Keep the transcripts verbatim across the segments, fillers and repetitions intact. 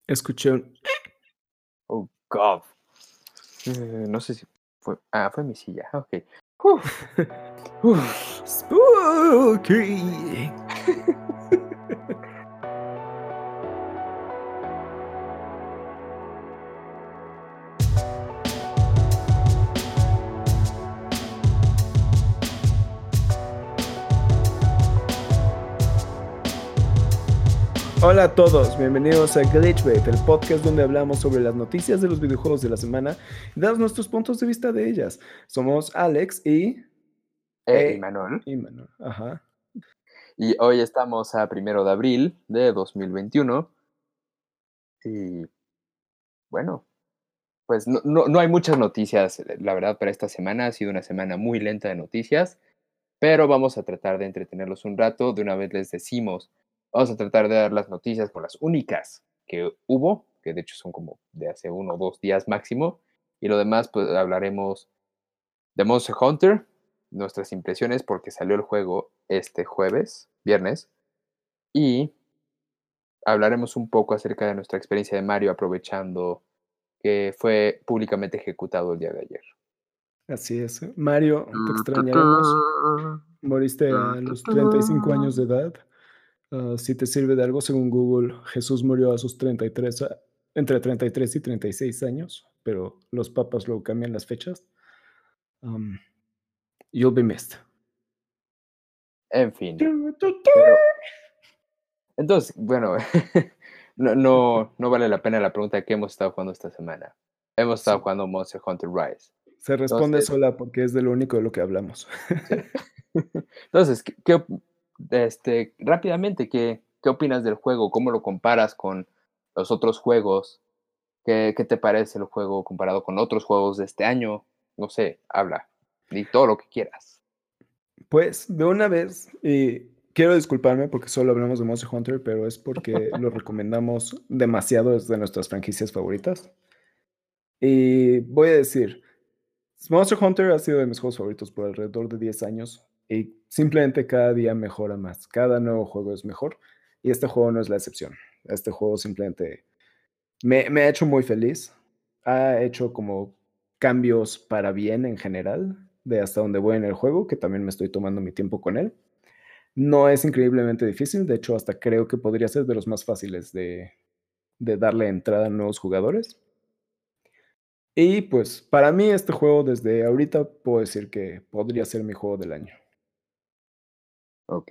Escuché un... Oh, God. Eh, no sé si fue... Ah, fue mi silla. Ok. Uf. Uf. Spooky. Hola a todos, bienvenidos a Glitchbait, el podcast donde hablamos sobre las noticias de los videojuegos de la semana y damos nuestros puntos de vista de ellas. Somos Alex y... Eh, y E... Manuel. y Manuel. Ajá. Y hoy estamos a primero de abril de dos mil veintiuno. Y bueno, pues no, no, no hay muchas noticias, la verdad, para esta semana. Ha sido una semana muy lenta de noticias, pero vamos a tratar de entretenerlos un rato. De una vez les decimos, vamos a tratar de dar las noticias con las únicas que hubo, que de hecho son como de hace uno o dos días máximo. Y lo demás, pues hablaremos de Monster Hunter, nuestras impresiones porque salió el juego este jueves, viernes, y hablaremos un poco acerca de nuestra experiencia de Mario aprovechando que fue públicamente ejecutado el día de ayer. Así es. Mario, te extrañaremos. Moriste a los treinta y cinco años de edad. Uh, si te sirve de algo, según Google, Jesús murió a sus treinta y tres, a- entre treinta y tres y treinta y seis años, pero los papas luego cambian las fechas. Um, you'll be missed. En fin, pero entonces, bueno, no, no, no vale la pena la pregunta de qué hemos estado jugando esta semana. Hemos estado Sí. jugando Monster Hunter Rise. Se responde Entonces, sola porque es de lo único de lo que hablamos. sí. Entonces, ¿qué, qué op- este, rápidamente, ¿qué, qué opinas del juego? ¿Cómo lo comparas con los otros juegos? ¿Qué, qué te parece el juego comparado con otros juegos de este año? No sé, habla. Di todo lo que quieras. Pues de una vez, y quiero disculparme porque solo hablamos de Monster Hunter, pero es porque lo recomendamos demasiado, es de nuestras franquicias favoritas. Y voy a decir, Monster Hunter ha sido de mis juegos favoritos por alrededor de diez años y simplemente cada día mejora más. Cada nuevo juego es mejor y este juego no es la excepción. Este juego simplemente me, me ha hecho muy feliz. Ha hecho como cambios para bien en general de hasta donde voy en el juego, que también me estoy tomando mi tiempo con él. No es increíblemente difícil, de hecho hasta creo que podría ser de los más fáciles de, de darle entrada a nuevos jugadores. Y pues para mí este juego desde ahorita puedo decir que podría ser mi juego del año. Ok.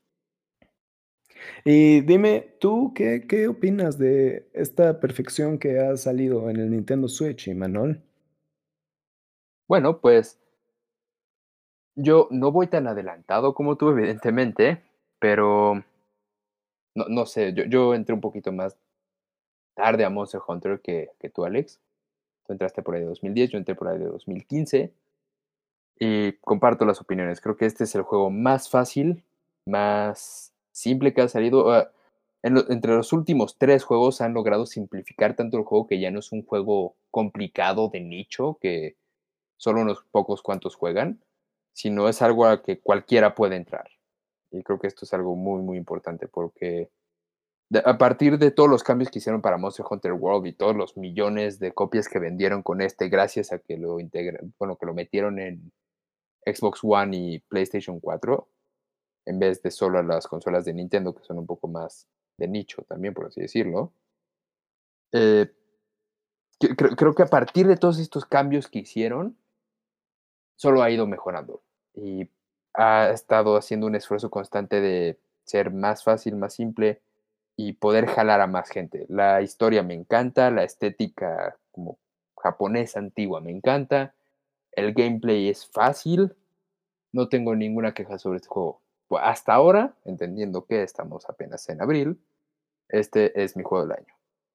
Y dime, ¿tú qué, qué opinas de esta perfección que ha salido en el Nintendo Switch, Manuel? Bueno, pues yo no voy tan adelantado como tú, evidentemente, pero no, no sé, yo, yo entré un poquito más tarde a Monster Hunter que, que tú, Alex. Tú entraste por ahí de dos mil diez, yo entré por ahí de dos mil quince. Y comparto las opiniones. Creo que este es el juego más fácil, más simple que ha salido. Uh, en lo, entre los últimos tres juegos han logrado simplificar tanto el juego que ya no es un juego complicado de nicho que solo unos pocos cuantos juegan, sino es algo a que cualquiera puede entrar. Y creo que esto es algo muy, muy importante porque de, a partir de todos los cambios que hicieron para Monster Hunter World y todos los millones de copias que vendieron con este, gracias a que lo integran, bueno, que lo metieron en Xbox One y PlayStation cuatro, en vez de solo las consolas de Nintendo, que son un poco más de nicho también, por así decirlo. Eh, creo, creo que a partir de todos estos cambios que hicieron, solo ha ido mejorando. Y ha estado haciendo un esfuerzo constante de ser más fácil, más simple y poder jalar a más gente. La historia me encanta, la estética como japonesa antigua me encanta, el gameplay es fácil. No tengo ninguna queja sobre este juego. Pues hasta ahora, entendiendo que estamos apenas en abril, este es mi juego del año.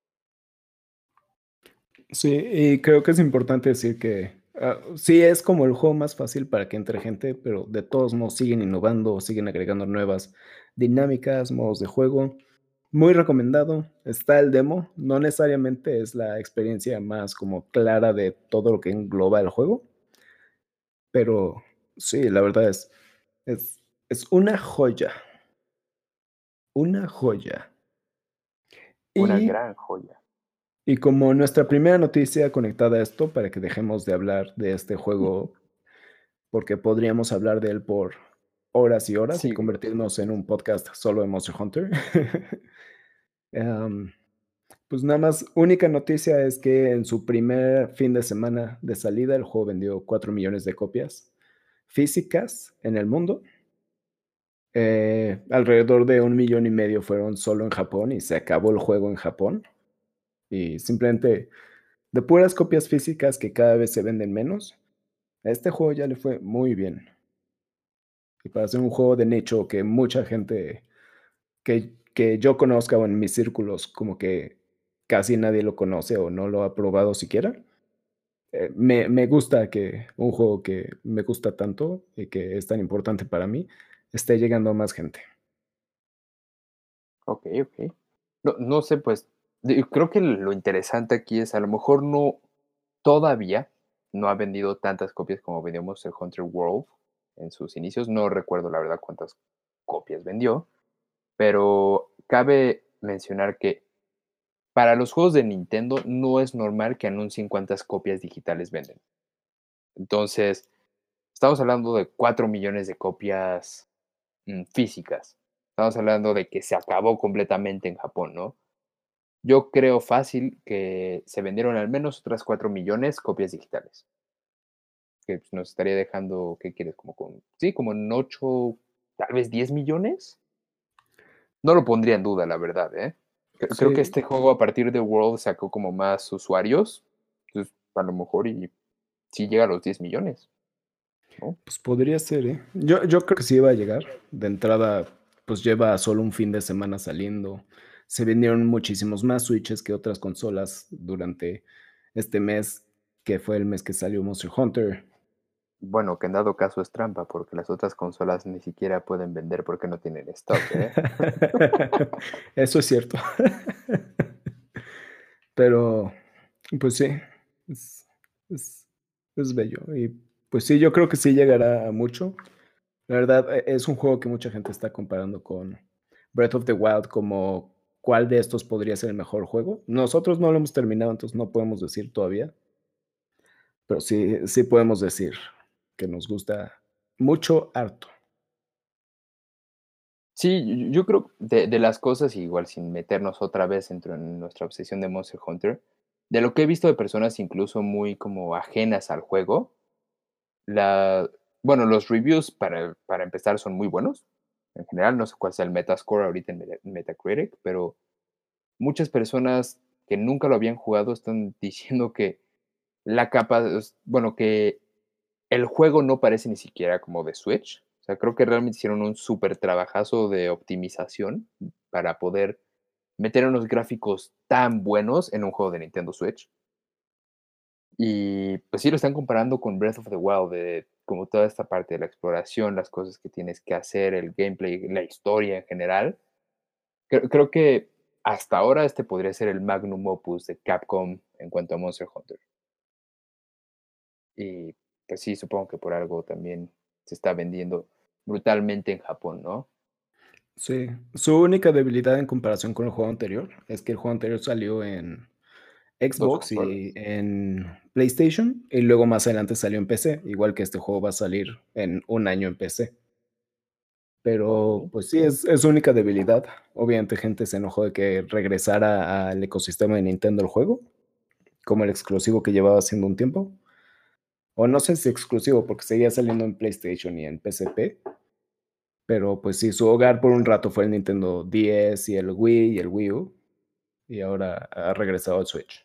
Sí, y creo que es importante decir que uh, sí es como el juego más fácil para que entre gente, pero de todos modos siguen innovando, siguen agregando nuevas dinámicas, modos de juego. Muy recomendado. Está el demo. No necesariamente es la experiencia más como clara de todo lo que engloba el juego, pero sí, la verdad es, es, es una joya. Una joya. Una Y gran joya. Y como nuestra primera noticia conectada a esto, para que dejemos de hablar de este juego, porque podríamos hablar de él por horas y horas y Siglos. convertirnos en un podcast solo de Monster Hunter. Em, pues nada más, única noticia es que en su primer fin de semana de salida, el juego vendió cuatro millones de copias físicas en el mundo. Eh, alrededor de un millón y medio fueron solo en Japón y se acabó el juego en Japón. Y simplemente de puras copias físicas que cada vez se venden menos, a este juego ya le fue muy bien. Y para ser un juego de nicho que mucha gente que, que yo conozca o en mis círculos, como que casi nadie lo conoce o no lo ha probado siquiera, eh, me, me gusta que un juego que me gusta tanto y que es tan importante para mí esté llegando a más gente. Okey, okey. No no sé, pues, de creo que lo interesante aquí es, a lo mejor no todavía no ha vendido tantas copias como vendió Monster Hunter World en sus inicios. No recuerdo, la verdad, cuántas copias vendió, pero cabe mencionar que para los juegos de Nintendo no es normal que anuncien cuántas copias digitales venden. Entonces, estamos hablando de cuatro millones de copias, mm, físicas. Estamos hablando de que se acabó completamente en Japón, ¿no? Yo creo fácil que se vendieron al menos otras cuatro millones copias digitales, que, pues, nos estaría dejando, ¿qué quieres? Como con sí, como en ocho, tal vez diez millones. No lo pondría en duda, la verdad, ¿eh? Cre creo que Sí, este juego a partir de World sacó como más usuarios, entonces, a lo mejor y sí llega a los diez millones, ¿no? pues podría ser, ¿eh? Yo, yo creo que sí iba a llegar. De entrada, pues lleva solo un fin de semana saliendo. Se vendieron muchísimos más Switches que otras consolas durante este mes, que fue el mes que salió Monster Hunter. Bueno, que en dado caso es trampa, porque las otras consolas ni siquiera pueden vender porque no tienen stock, ¿eh? Eso es cierto. Pero, pues sí, es, es, es bello. Y pues sí, yo creo que sí llegará a mucho. La verdad, e- es un juego que mucha gente está comparando con Breath of the Wild como cuál de estos podría ser el mejor juego. Nosotros no lo hemos terminado, entonces no podemos decir todavía, pero sí, sí podemos decir que nos gusta mucho, harto. Sí, yo yo creo de de las cosas, igual sin meternos otra vez dentro en nuestra obsesión de Monster Hunter, de lo que he visto de personas incluso muy como ajenas al juego, la bueno, los reviews para para empezar son muy buenos. En general, no sé cuál sea el Metascore ahorita en Meta Metacritic, pero muchas personas que nunca lo habían jugado están diciendo que la capa bueno, que el juego no parece ni siquiera como de Switch. O sea, creo que realmente hicieron un súper trabajazo de optimización para poder meter unos gráficos tan buenos en un juego de Nintendo Switch. Y pues sí, lo están comparando con Breath of the Wild, de como toda esta parte de la exploración, las cosas que tienes que hacer, el gameplay, la historia en general. Creo, creo que hasta ahora este podría ser el magnum opus de Capcom en cuanto a Monster Hunter. Y pues sí, supongo que por algo también se está vendiendo brutalmente en Japón, ¿no? Sí, su única debilidad en comparación con el juego anterior es que el juego anterior salió en Dos Xbox y consolas. en PlayStation, y luego más adelante salió en P C, igual que este juego va a salir en un año en P C. Pero, Okey. pues sí, es es su única debilidad. Obviamente, gente se enojó de que regresara al ecosistema de Nintendo el juego, como el exclusivo que llevaba haciendo un tiempo. O no sé si exclusivo, porque seguía saliendo en PlayStation y en P S P, pero, pues sí, su hogar por un rato fue el Nintendo D S y el Wii y el Wii U, y ahora ha regresado al Switch.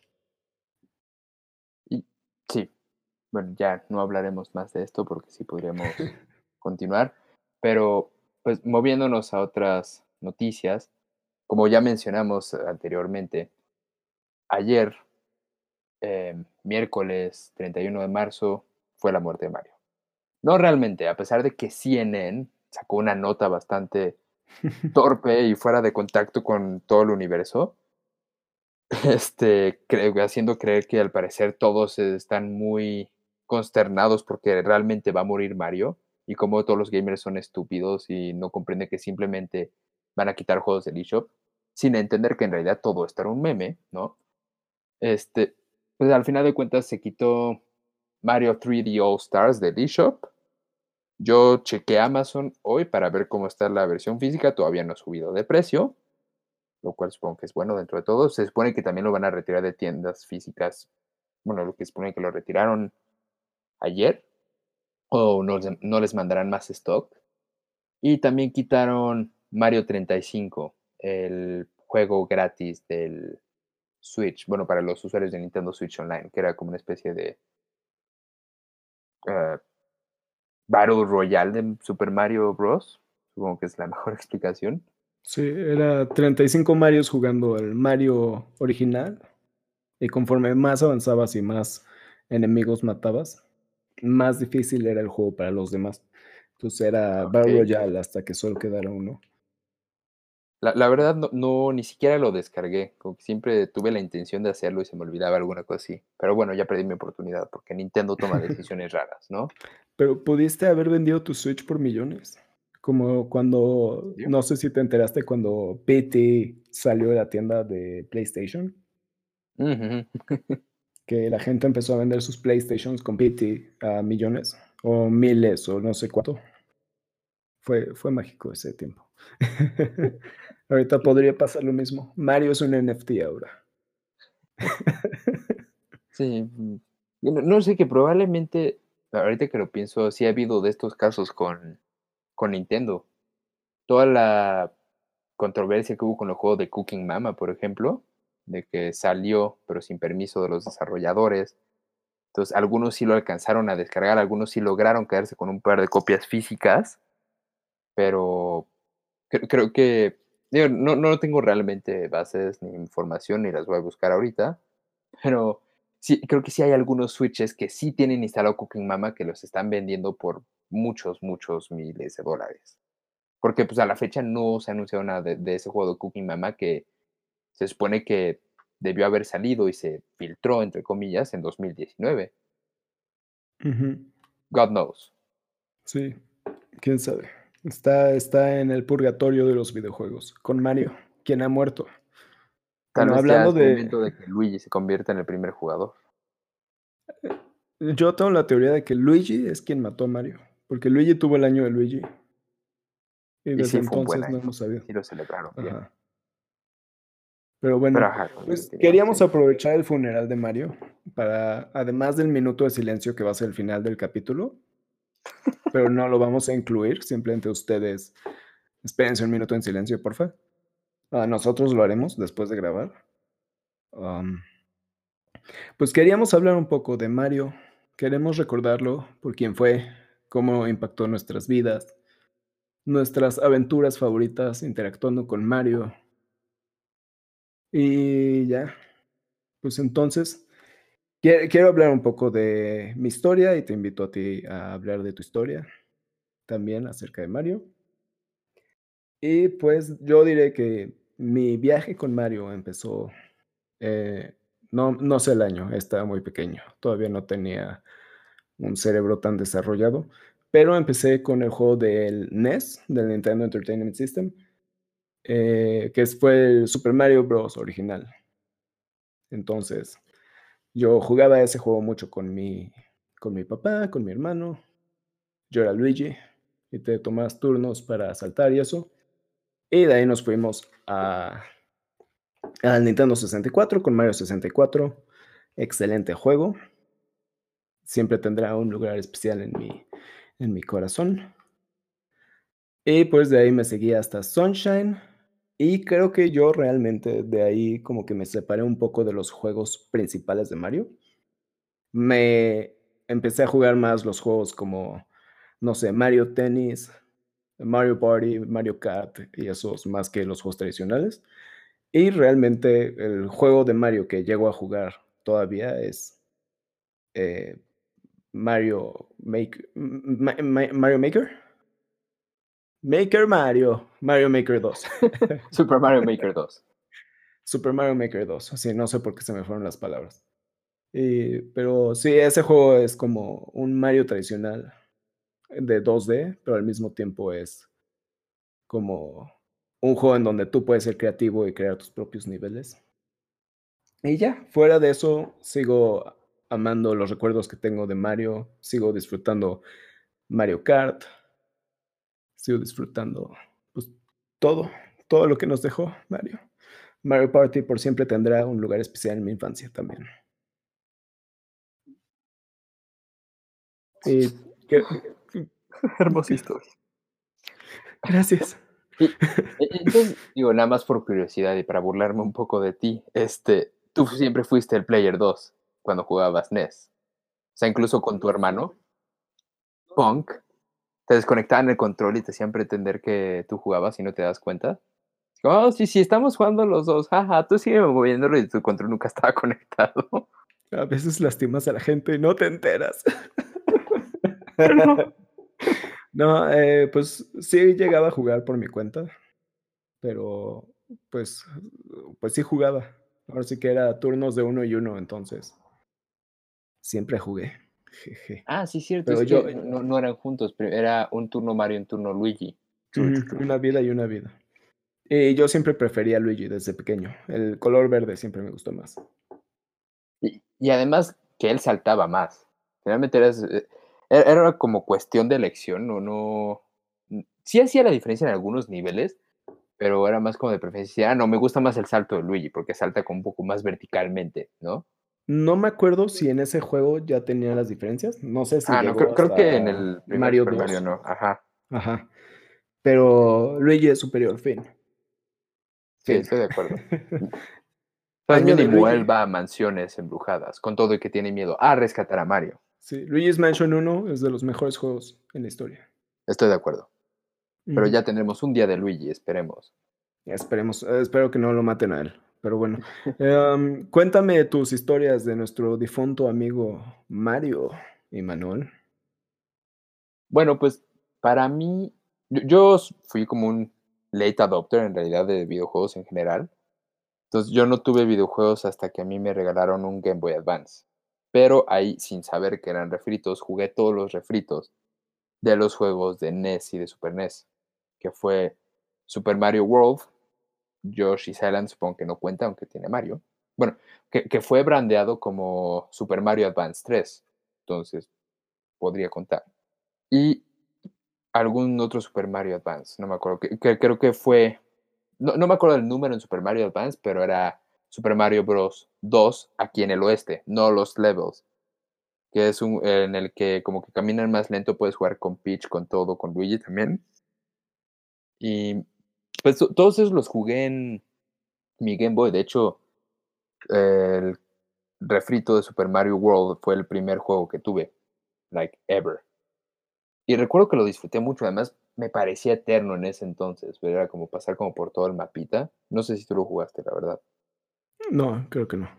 Y sí, bueno, ya no hablaremos más de esto porque sí podríamos continuar, pero, pues, moviéndonos a otras noticias, como ya mencionamos anteriormente, ayer, em, miércoles treinta y uno de marzo, fue la muerte de Mario. No realmente, a pesar de que C N N sacó una nota bastante torpe y fuera de contacto con todo el universo, este, creo haciendo creer que al parecer todos están muy consternados porque realmente va a morir Mario, y como todos los gamers son estúpidos y no comprenden que simplemente van a quitar juegos del eShop, sin entender que en realidad todo esto era un meme, ¿no? Este, pues al final de cuentas se quitó Mario tres D All Stars del eShop. Yo chequé Amazon hoy para ver cómo está la versión física, todavía no ha subido de precio, lo cual supongo que es bueno dentro de todo. Se supone que también lo van a retirar de tiendas físicas, bueno, lo que supone que lo retiraron ayer, o no, les- no les mandarán más stock. Y también quitaron Mario treinta y cinco, el juego gratis del Switch, bueno, para los usuarios de Nintendo Switch Online, que era como una especie de eh, Battle Royale de Super Mario Bros. Supongo que es la mejor explicación. Sí, era treinta y cinco Marios jugando el Mario original. Y conforme más avanzabas y más enemigos matabas, más difícil era el juego para los demás. Entonces era Battle Ok. Royale hasta que solo quedara uno. La, la verdad no, no, ni siquiera lo descargué, como que siempre tuve la intención de hacerlo y se me olvidaba alguna cosa así. Pero bueno, ya perdí mi oportunidad porque Nintendo toma decisiones raras, ¿no? Pero pudiste haber vendido tu Switch por millones. Como cuando, ¿Yo? no sé si te enteraste cuando P T salió de la tienda de PlayStation, Ujú. que la gente empezó a vender sus PlayStations con P T a millones o miles o no sé cuánto. Fue, fue mágico ese tiempo. Ahorita podría pasar lo mismo. Mario es un N F T ahora. Sí, mm, yo no, no sé, que probablemente, ahorita que lo pienso, sí ha habido de estos casos con, con Nintendo. Toda la controversia que hubo con el juego de Cooking Mama, por ejemplo, de que salió pero sin permiso de los desarrolladores. Entonces, algunos sí lo alcanzaron a descargar, algunos sí lograron quedarse con un par de copias físicas, pero cre- creo que, digo, no, no tengo realmente bases ni información ni las voy a buscar ahorita, pero sí, creo que sí hay algunos switches que sí tienen instalado Cooking Mama que los están vendiendo por muchos, muchos miles de dólares. Porque pues a la fecha no se ha anunciado nada de, de ese juego de Cooking Mama que se supone que debió haber salido y se filtró, entre comillas, en dos mil diecinueve. Ujú. God knows. Sí, quién sabe. Está, está en el purgatorio de los videojuegos, con Mario, quien ha muerto. Tal Bueno, vez ya hablando es de... momento de que Luigi se convierta en el primer jugador. Yo tengo la teoría de que Luigi es quien mató a Mario, porque Luigi tuvo el año de Luigi y Y desde sí, fue un buen entonces no año. hemos sabido. Sí lo celebraron bien. Ajá. Pero Pero bueno, ajá, con lo que pues teníamos, queríamos sí. aprovechar el funeral de Mario para, además del minuto de silencio que va a ser el final del capítulo, pero no lo vamos a incluir, simplemente ustedes espérense un minuto en silencio, porfa. Ah, nosotros lo haremos después de grabar. Am, pues queríamos hablar un poco de Mario. Queremos recordarlo por quién fue, cómo impactó nuestras vidas, nuestras aventuras favoritas interactuando con Mario. Y ya, pues entonces, quie- quiero hablar un poco de mi historia y te invito a ti a hablar de tu historia también acerca de Mario. Y pues yo diré que mi viaje con Mario empezó, eh, no, no sé el año, estaba muy pequeño, todavía no tenía un cerebro tan desarrollado, pero empecé con el juego del N E S, del Nintendo Entertainment System, eh, que es- fue el Super Mario Bros. Original. Entonces, yo jugaba ese juego mucho con mi, con mi papá, con mi hermano. Yo era Luigi y te tomabas turnos para saltar y eso. Y de ahí nos fuimos a, al Nintendo sesenta y cuatro con Mario sesenta y cuatro. Excelente juego. Siempre tendrá un lugar especial en mi, en mi corazón. Y pues de ahí me seguí hasta Sunshine. Y creo que yo realmente de ahí como que me separé un poco de los juegos principales de Mario. Me empecé a jugar más los juegos como, no sé, Mario Tennis, Mario Party, Mario Kart y esos más que los juegos tradicionales. Y realmente el juego de Mario que llego a jugar todavía es eh, Mario Maker, Ma- Ma- Mario Maker, Maker Mario, Mario Maker dos. Super Mario Maker dos. Super Mario Maker dos. Sí, no sé por qué se me fueron las palabras. Y- pero sí, ese juego es como un Mario tradicional de dos D, pero al mismo tiempo es como un juego en donde tú puedes ser creativo y crear tus propios niveles. Y ya, fuera de eso, sigo amando los recuerdos que tengo de Mario, sigo disfrutando Mario Kart, sigo disfrutando pues, todo, todo lo que nos dejó Mario. Mario Party por siempre tendrá un lugar especial en mi infancia también. Y que, Hermosa que- historia. gracias. Y, e- entonces, digo, nada más por curiosidad y para burlarme un poco de ti, este, tú siempre fuiste el player dos cuando jugabas N E S. O sea, incluso con tu hermano, Punk, te desconectaban el control y te hacían pretender que tú jugabas y no te das cuenta. Oh, sí, sí, estamos jugando los dos. Jaja, tú sigue moviéndolo y tu control nunca estaba conectado. A veces lastimas a la gente y no te enteras. Pero, No, eh, pues sí llegaba a jugar por mi cuenta, pero pues, pues sí jugaba. Ahora sí que era turnos de uno y uno, entonces siempre jugué. Jeje. ah, sí, cierto, Pero es yo, que no, no- no eran juntos, pero era un turno Mario, un turno Luigi. True, true, ujú, true. una vida y una vida. Y yo siempre prefería a Luigi desde pequeño. El color verde siempre me gustó más. Y, y además que él saltaba más. Realmente era, eh, era era como cuestión de elección, no, no. Sí hacía la diferencia en algunos niveles, pero era más como de preferencia. Ah, no, me gusta más el salto de Luigi, porque salta como un poco más verticalmente, ¿no? No me acuerdo si en ese juego ya tenía las diferencias. No sé si Ah, no, creo, llegó creo que en hasta el primer Mario Super Mario dos. no. Ajá. Ajá. Pero Luigi es superior, fin. Sí, Fin. estoy de acuerdo. Entonces Año de mínimo Luigi. él va a mansiones embrujadas, con todo y que tiene miedo a rescatar a Mario. Sí, Luigi's Mansion uno es de los mejores juegos en la historia. Estoy de acuerdo. Pero Ujú. ya tendremos un día de Luigi, esperemos. Esperemos, eh, espero que no lo maten a él. Pero bueno, Em, cuéntame tus historias de nuestro difunto amigo Mario y Manuel. Bueno, pues para mí, yo, yo fui como un late adopter en realidad de videojuegos en general. Entonces yo no tuve videojuegos hasta que a mí me regalaron un Game Boy Advance. Pero ahí, sin saber que eran refritos, jugué todos los refritos de los juegos de N E S y de Super N E S, que fue Super Mario World, Yoshi's Island, supongo que no cuenta, aunque tiene Mario. Bueno, que, que fue brandeado como Super Mario Advance tres, entonces podría contar. Y algún otro Super Mario Advance, no me acuerdo, que, que creo que fue, no, no me acuerdo el número en Super Mario Advance, pero era Super Mario Bros. dos aquí en el oeste, no los levels, que es un en el que como que caminan más lento, puedes jugar con Peach, con todo, con Luigi también. Y pues to- todos esos los jugué en mi Game Boy. De hecho, el refrito de Super Mario World fue el primer juego que tuve, like ever. Y recuerdo que lo disfruté mucho, además me parecía eterno en ese entonces, pero era como pasar como por todo el mapita. No sé si tú lo jugaste, la verdad. No, creo que no.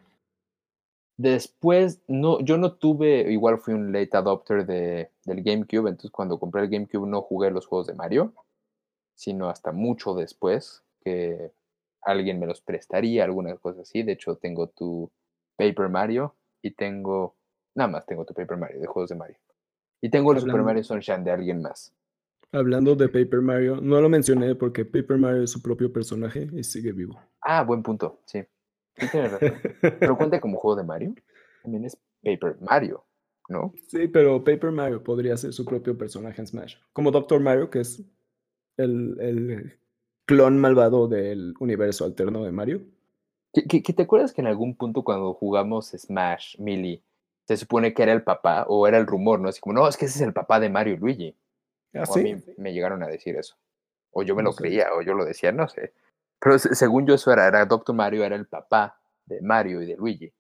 Después, no, yo no tuve, igual fui un late adopter de, del GameCube, entonces cuando compré el GameCube no jugué los juegos de Mario, sino hasta mucho después que alguien me los prestaría, algunas cosas así. De hecho, tengo tu Paper Mario y tengo, nada más tengo tu Paper Mario de juegos de Mario. Y tengo el Super Hablan- Mario Sunshine de alguien más. hablando de Paper Mario, no lo mencioné porque Paper Mario es su propio personaje y sigue vivo. Ah, buen punto, sí. Sí tienes razón. Pero cuenta como juego de Mario. También es Paper Mario, ¿no? Sí, pero Paper Mario podría ser su propio personaje en Smash. Como Doctor Mario, que es el, el clon malvado del universo alterno de Mario. ¿Que, que- que te acuerdas que en algún punto cuando jugamos Smash, Melee, se supone que era el papá, o era el rumor, ¿no? Así como, no, es que ese es el papá de Mario y Luigi. ¿Ah, O a sí? mí me llegaron a decir eso. O yo me No lo sabía. creía, o yo lo decía, no sé. Pero se- según yo eso era, era Doctor Mario era el papá de Mario y de Luigi,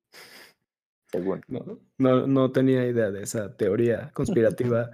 según. No, no, no tenía idea de esa teoría conspirativa.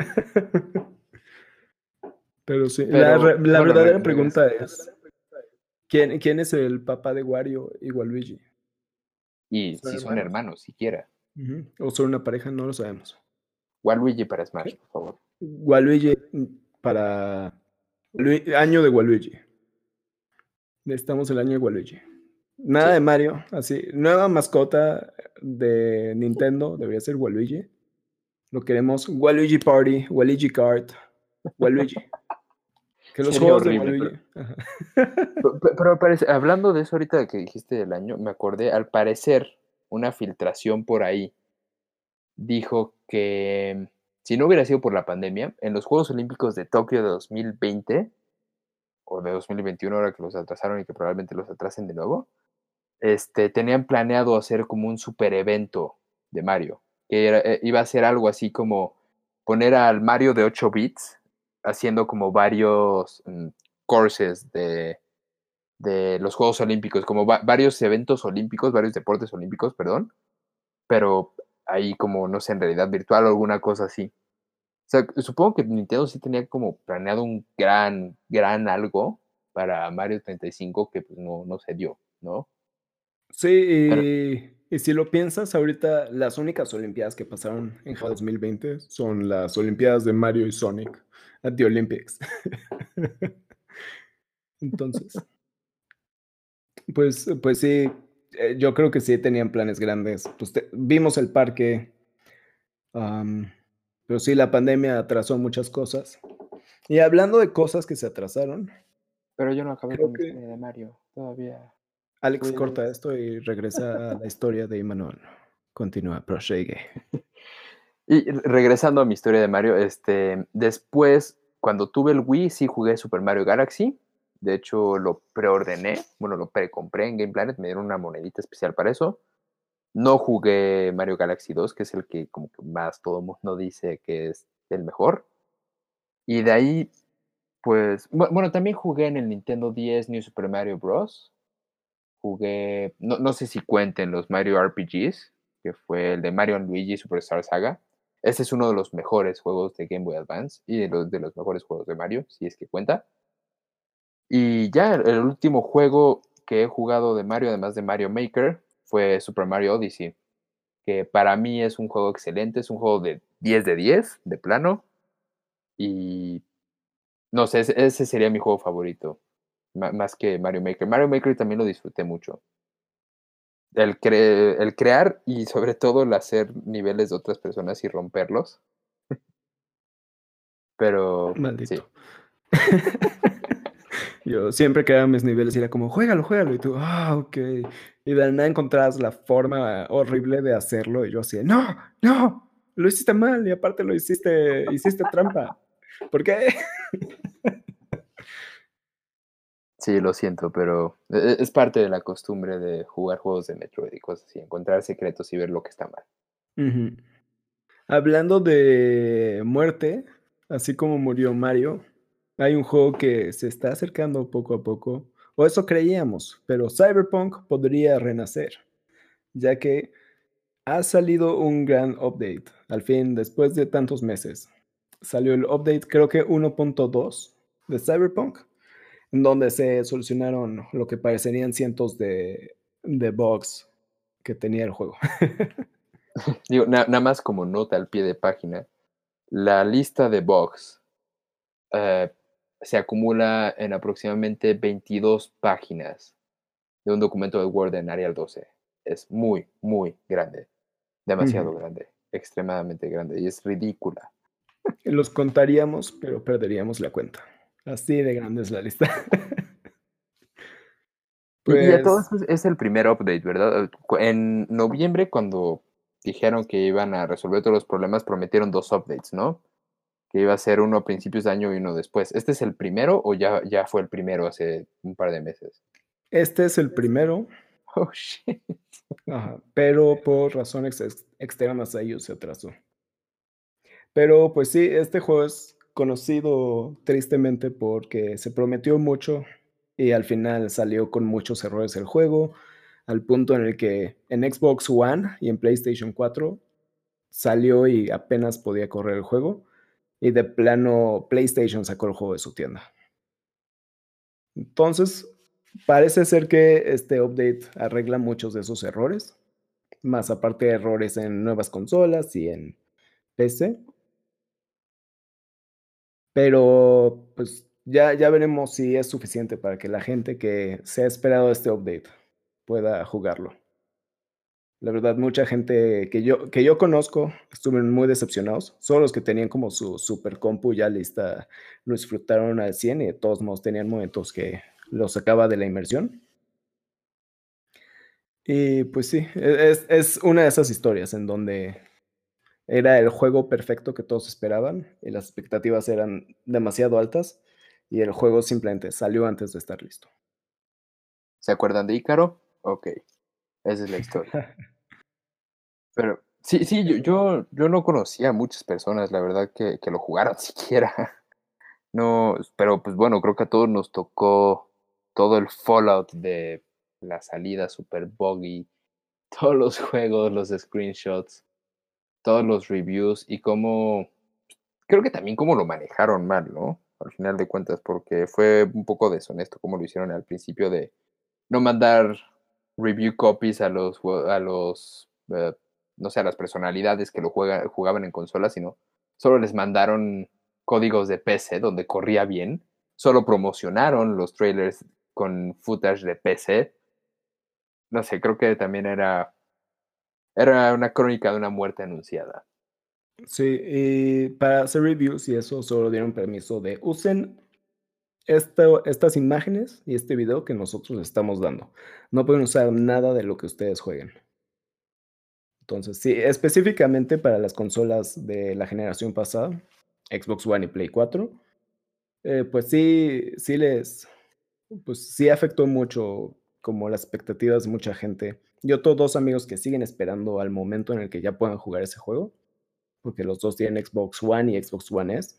Pero sí, la, Pero re- la bueno, re- verdadera pregunta regresando. es, ¿quién, quién es el papá de Wario y Waluigi? Y ¿Son si son hermanos? hermanos, siquiera. Ujú. ¿O son una pareja? No lo sabemos. Waluigi para Smash, ¿Qué? por favor. Waluigi mm, para Lu- año de Waluigi. Necesitamos el año de Waluigi. Nada Sí. de Mario, así. Nueva mascota de Nintendo debería ser Waluigi. Lo queremos. Waluigi Party, Waluigi Kart, Waluigi. Que los Sería juegos de horrible, pero Waluigi. Ajá. Pe pe pero al parece hablando de eso ahorita que dijiste del año, me acordé, al parecer, una filtración por ahí dijo que si no hubiera sido por la pandemia, en los Juegos Olímpicos de Tokio de dos mil veinte o de dos mil veintiuno, ahora que los atrasaron y que probablemente los atrasen de nuevo, este, tenían planeado hacer como un super evento de Mario, que era, eh, iba a ser algo así como poner al Mario de ocho bits haciendo como varios mm, courses de, de los Juegos Olímpicos, como va- varios eventos olímpicos, varios deportes olímpicos, perdón, pero ahí como, no sé, en realidad virtual o alguna cosa así. O sea, supongo que Nintendo sí tenía como planeado un gran, gran algo para Mario treinta y cinco que pues no, no se dio, ¿no? Sí, Pero, y, y si lo piensas, ahorita las únicas Olimpiadas que pasaron en dos mil veinte son las Olimpiadas de Mario y Sonic at the Olympics. Entonces, pues, pues sí, eh, yo creo que sí tenían planes grandes. Pues te- vimos el parque, am, pero sí, la pandemia atrasó muchas cosas. Y hablando de cosas que se atrasaron, pero yo no acabé creo con mi que historia de Mario. Todavía, Alex corta pues. esto y regresa a la historia de Imanol. Continúa, prosigue. Y regresando a mi historia de Mario, este, después, cuando tuve el Wii, sí jugué Super Mario Galaxy. De hecho, lo preordené, bueno, lo precompré en Game Planet, me dieron una monedita especial para eso. No jugué Mario Galaxy dos, que es el que como que más todo el mundo dice que es el mejor. Y de ahí, pues, bu- bueno, también jugué en el Nintendo diez New Super Mario Bros. Jugué, no, no sé si cuenten los Mario R P Gs, que fue el de Mario and Luigi Superstar Saga. Este es uno de los mejores juegos de Game Boy Advance y de los, de los mejores juegos de Mario, si es que cuenta. Y ya el, el último juego que he jugado de Mario, además de Mario Maker, fue Super Mario Odyssey, que para mí es un juego excelente, es un juego de diez de diez, de plano, y no sé, ese, ese sería mi juego favorito, ma- más que Mario Maker. Mario Maker también lo disfruté mucho. El, cre- el crear y sobre todo el hacer niveles de otras personas y romperlos. Pero sí, Maldito. Yo siempre que era mis niveles era como, juégalo, juégalo. Y tú, ah, ok. Y de la nada encontrabas la forma horrible de hacerlo. Y yo así, no, no, lo hiciste mal. Y aparte lo hiciste, hiciste trampa. ¿Por qué? sí, lo siento, pero e- e- es parte de la costumbre de jugar juegos de Metroid y cosas así, encontrar secretos y ver lo que está mal. Ujú. Hablando de muerte, así como murió Mario, hay un juego que se está acercando poco a poco, o eso creíamos, pero Cyberpunk podría renacer, ya que ha salido un gran update, al fin, después de tantos meses. Salió el update, creo que uno punto dos de Cyberpunk, en donde se solucionaron lo que parecerían cientos de, de bugs que tenía el juego. Digo, na- nada más como nota al pie de página, la lista de bugs eh, se acumula en aproximadamente veintidós páginas de un documento de Word en Arial doce. Es muy, muy grande, Ujú. demasiado grande, extremadamente grande y es ridícula. Los contaríamos, pero perderíamos la cuenta. Así de grande es la lista. Y, y a todo Pues esto es, es el primer update, ¿verdad? Eh, cu- En noviembre, cuando dijeron que iban a resolver todos los problemas, prometieron dos updates, ¿no? Que iba a ser uno a principios de año y uno después. ¿Este es el primero o ya, ya fue el primero hace un par de meses? este es el primero, Oh, shit. ajá, pero por razones ex- externas a ellos se atrasó. Pero pues sí, este juego es conocido tristemente porque se prometió mucho y al final salió con muchos errores el juego, al punto en el que en Xbox One y en PlayStation cuatro salió y apenas podía correr el juego, y de plano PlayStation sacó el juego de su tienda. Entonces, parece ser que este update arregla muchos de esos errores, más aparte de errores en nuevas consolas y en P C. Pero pues ya, ya veremos si es suficiente para que la gente que se ha esperado este update pueda jugarlo. La verdad, mucha gente que yo que yo conozco estuvieron muy decepcionados. Solo los que tenían como su super compu ya lista lo disfrutaron al cien y de todos modos tenían momentos que los sacaba de la inmersión. Y pues sí, e es es una de esas historias en donde era el juego perfecto que todos esperaban y las expectativas eran demasiado altas, y el juego simplemente salió antes de estar listo. ¿Se acuerdan de Ícaro? Okey, esa es la historia. Pero sí, sí, yo yo yo no conocía a muchas personas, la verdad, que que lo jugaran siquiera. No, pero, pues, bueno, creo que a todos nos tocó todo el fallout de la salida super buggy, todos los juegos, los screenshots, todos los reviews y cómo creo que también cómo lo manejaron mal, ¿no? Al final de cuentas, porque fue un poco deshonesto cómo lo hicieron al principio de no mandar review copies a los jue a los, eh, no sé, a las personalidades que lo juega jugaban en consola, sino solo les mandaron códigos de P C donde corría bien, solo promocionaron los trailers con footage de P C. No sé, creo que también era era una crónica de una muerte anunciada. Sí, y para hacer reviews y eso solo dieron permiso de usen esto estas imágenes y este video que nosotros les estamos dando. No pueden usar nada de lo que ustedes jueguen. Entonces, sí, específicamente para las consolas de la generación pasada, Xbox One y Play cuatro, eh, pues sí sí les pues sí afectó mucho como las expectativas de mucha gente. Yo tengo dos amigos que siguen esperando al momento en el que ya puedan jugar ese juego, porque los dos tienen Xbox One y Xbox One S.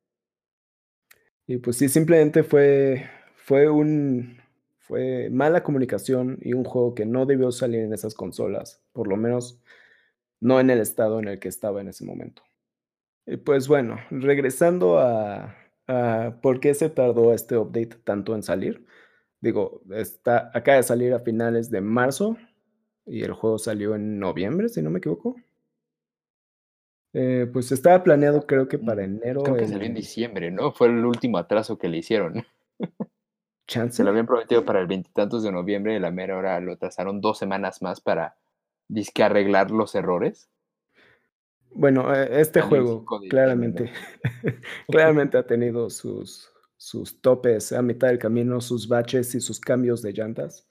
Y pues sí, simplemente fue fue un fue mala comunicación y un juego que no debió salir en esas consolas, por lo menos no en el estado en el que estaba en ese momento. Y pues bueno, regresando a a por qué se tardó este update tanto en salir. Digo, está acaba de salir a finales de marzo y el juego salió en noviembre, si no me equivoco. Eh, pues estaba planeado creo que para Mm, enero creo que salió en el diciembre, ¿no? Fue el último atraso que le hicieron. Se ¿chance? lo habían prometido para el veintitantos de noviembre y a la mera hora lo atrasaron dos semanas más para dizque arreglar los errores. Bueno, eh, este Salió el juego cinco de diciembre en vez claramente de claramente ha tenido sus sus topes a mitad del camino, sus baches y sus cambios de llantas.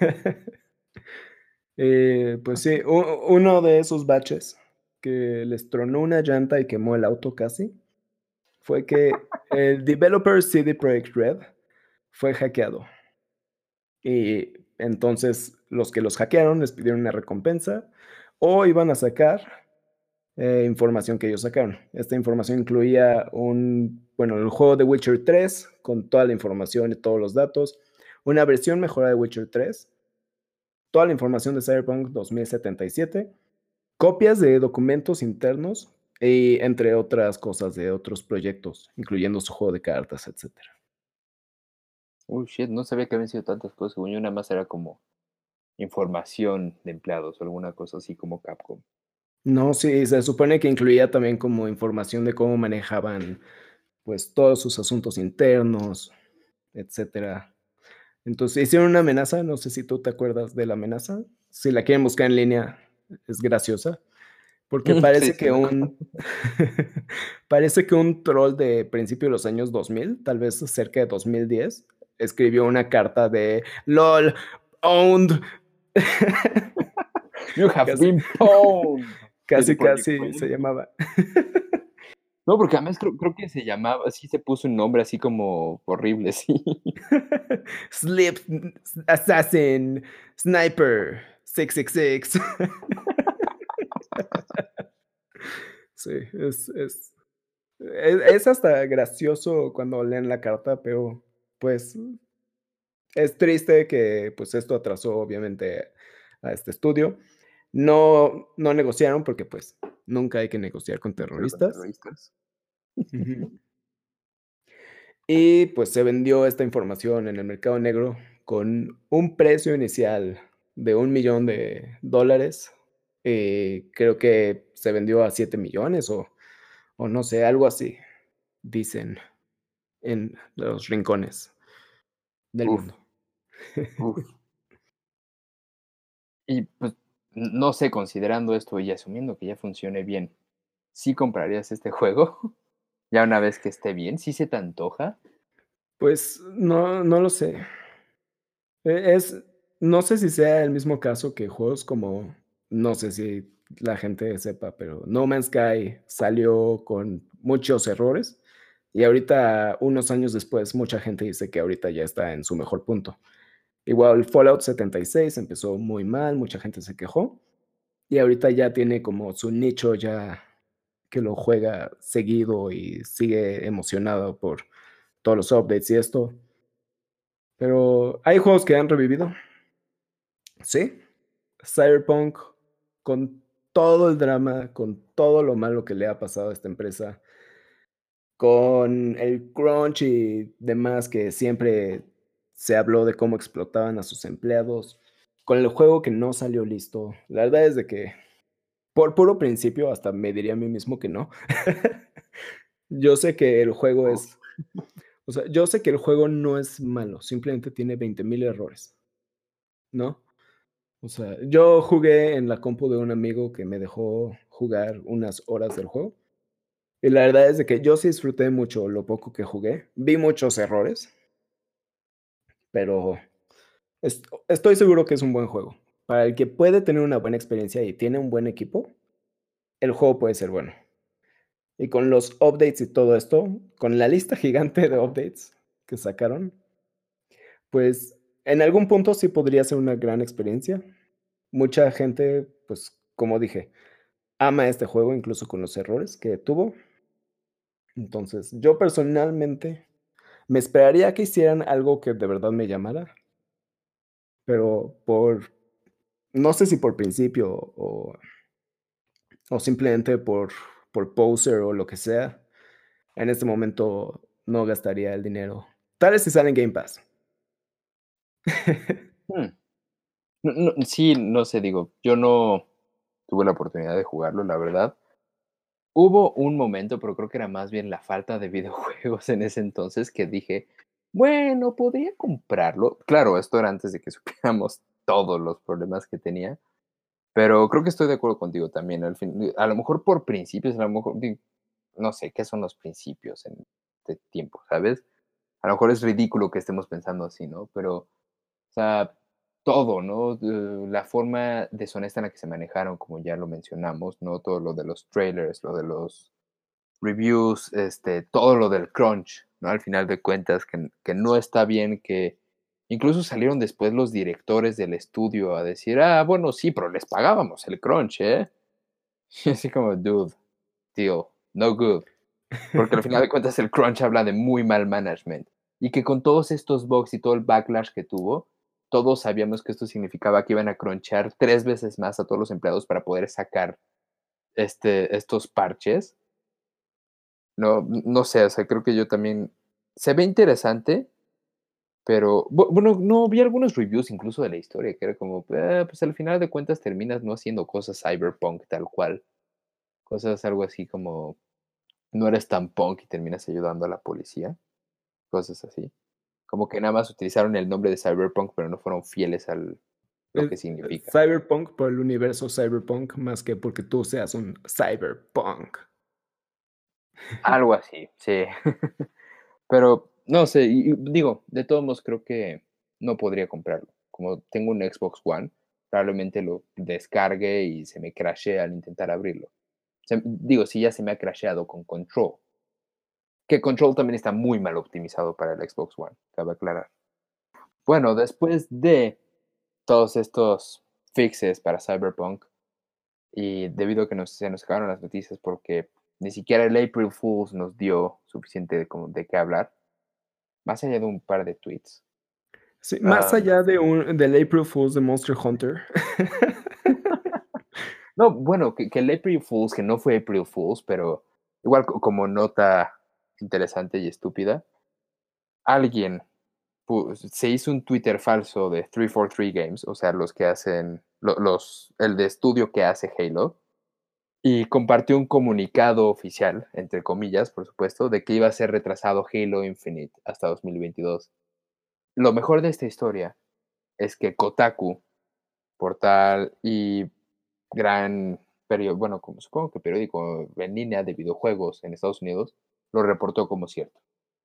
Eh, pues sí, u uno de esos baches que les tronó una llanta y quemó el auto casi, fue que el developer C D Projekt Red fue hackeado. Y entonces los que los hackearon les pidieron una recompensa o iban a sacar, eh, información que ellos sacaron. Esta información incluía un bueno, el juego de Witcher tres con toda la información y todos los datos, una versión mejorada de Witcher tres, toda la información de Cyberpunk dos mil setenta y siete, copias de documentos internos y entre otras cosas de otros proyectos, incluyendo su juego de cartas, etcétera. Uy, shit, no sabía que habían sido tantas cosas, según yo nada más era como información de empleados o alguna cosa así como Capcom. No, sí, se supone que incluía también como información de cómo manejaban, pues, todos sus asuntos internos, etcétera. Entonces, hicieron una amenaza, no sé si tú te acuerdas de la amenaza. Si la quieren buscar en línea, es graciosa, porque Sí, parece sí que me acuerdo. un parece que un troll de principio de los años dos mil, tal vez cerca de dos mil diez, escribió una carta de LOL, owned. You have Casi, been pwned, C D casi, Projekt casi se Red. llamaba. No, porque además creo creo que se llamaba sí se puso un nombre así como horrible, sí. Sleep Assassin, Sniper, seis seis seis. Sí, es es es es hasta gracioso cuando leen la carta, pero, pues, es triste que, pues, esto atrasó, obviamente, a este estudio. No no negociaron porque, pues, nunca hay que negociar con Negociar con terroristas. terroristas. Ujú. Y, pues, se vendió esta información en el mercado negro con un precio inicial de un millón de dólares. Eh, creo que se vendió a siete millones o o no sé, algo así, dicen en los rincones del Uf, mundo. uf. Y, pues no sé, considerando esto y asumiendo que ya funcione bien, ¿sí comprarías este juego? Ya una vez que esté bien, ¿sí se te antoja? Pues no, no lo sé. E es no sé si sea el mismo caso que juegos como, no sé si la gente sepa, pero No Man's Sky salió con muchos errores, y ahorita, unos años después, mucha gente dice que ahorita ya está en su mejor punto. Igual Fallout setenta y seis empezó muy mal, mucha gente se quejó, y ahorita ya tiene como su nicho ya que lo juega seguido y sigue emocionado por todos los updates y esto. Pero hay juegos que han revivido. Sí, Cyberpunk, con todo el drama, con todo lo malo que le ha pasado a esta empresa, con el crunch y demás que siempre se habló de cómo explotaban a sus empleados, con el juego que no salió listo. La verdad es de que por puro principio hasta me diría a mí mismo que no. Yo sé que el juego Oh. es, o sea, yo sé que el juego no es malo, simplemente tiene veinte mil errores, ¿no? O sea, yo jugué en la compu de un amigo que me dejó jugar unas horas del juego. Y la verdad es de que yo sí disfruté mucho lo poco que jugué. Vi muchos errores, pero est- estoy seguro que es un buen juego. Para el que puede tener una buena experiencia y tiene un buen equipo, el juego puede ser bueno. Y con los updates y todo esto, con la lista gigante de updates que sacaron, pues en algún punto sí podría ser una gran experiencia. Mucha gente, pues como dije, ama este juego, incluso con los errores que tuvo. Entonces, yo personalmente me esperaría que hicieran algo que de verdad me llamara, pero por, no sé si por principio o, o simplemente por, por poser o lo que sea, en este momento no gastaría el dinero. Tal vez si sale en Game Pass. Hmm. No, no, sí, no sé, digo, yo no tuve la oportunidad de jugarlo, la verdad. Hubo un momento, pero creo que era más bien la falta de videojuegos en ese entonces que dije, bueno, podría comprarlo. Claro, esto era antes de que supiéramos todos los problemas que tenía, pero creo que estoy de acuerdo contigo también. Al fin, a lo mejor por principios, a lo mejor, di- no sé, ¿qué son los principios en este tiempo, sabes? A lo mejor es ridículo que estemos pensando así, ¿no? Pero, o sea, todo, ¿no? Eh, La forma deshonesta en la que se manejaron, como ya lo mencionamos, ¿no? Todo lo de los trailers, lo de los reviews, este, todo lo del crunch, ¿no? Al final de cuentas, que, que no está bien que incluso salieron después los directores del estudio a decir, ah, bueno, sí, pero les pagábamos el crunch, ¿eh? Y así como, dude, tío, no good. Porque al final de cuentas el crunch habla de muy mal management. Y que con todos estos bugs y todo el backlash que tuvo, todos sabíamos que esto significaba que iban a crunchar tres veces más a todos los empleados para poder sacar este, estos parches. No, no sé, o sea, creo que yo también se ve interesante, pero bu bueno, no, vi algunos reviews incluso de la historia, que era como, eh, pues, al final de cuentas terminas no haciendo cosas cyberpunk tal cual, cosas algo así como, no eres tan punk y terminas ayudando a la policía, cosas así. Como que nada más utilizaron el nombre de cyberpunk, pero no fueron fieles al lo que Es significa. Cyberpunk por el universo Cyberpunk más que porque tú seas un Cyberpunk. Algo así, sí. Pero no sé, y y digo, de todos modos creo que no podría comprarlo. Como tengo un Xbox One, probablemente lo descargue y se me crashee al intentar abrirlo. Se digo, si ya se me ha crasheado con Control, que Control también está muy mal optimizado para el Xbox One, cabe aclarar. Bueno, después de todos estos fixes para Cyberpunk, y debido a que nos se nos acabaron las noticias porque ni siquiera el April Fools nos dio suficiente de como de qué hablar, más allá de un par de tweets. Sí, más Am, allá de un del April Fools de Monster Hunter. no, bueno, que, que el April Fools, que no fue April Fools, pero igual co- como nota interesante y estúpida, alguien pu- se hizo un Twitter falso de trescientos cuarenta y tres Games, o sea, los que hacen, lo- los, el de estudio que hace Halo, y compartió un comunicado oficial, entre comillas, por supuesto, de que iba a ser retrasado Halo Infinite hasta dos mil veintidós. Lo mejor de esta historia es que Kotaku, portal y gran periódico, bueno, como supongo que periódico en línea de videojuegos en Estados Unidos, lo reportó como cierto.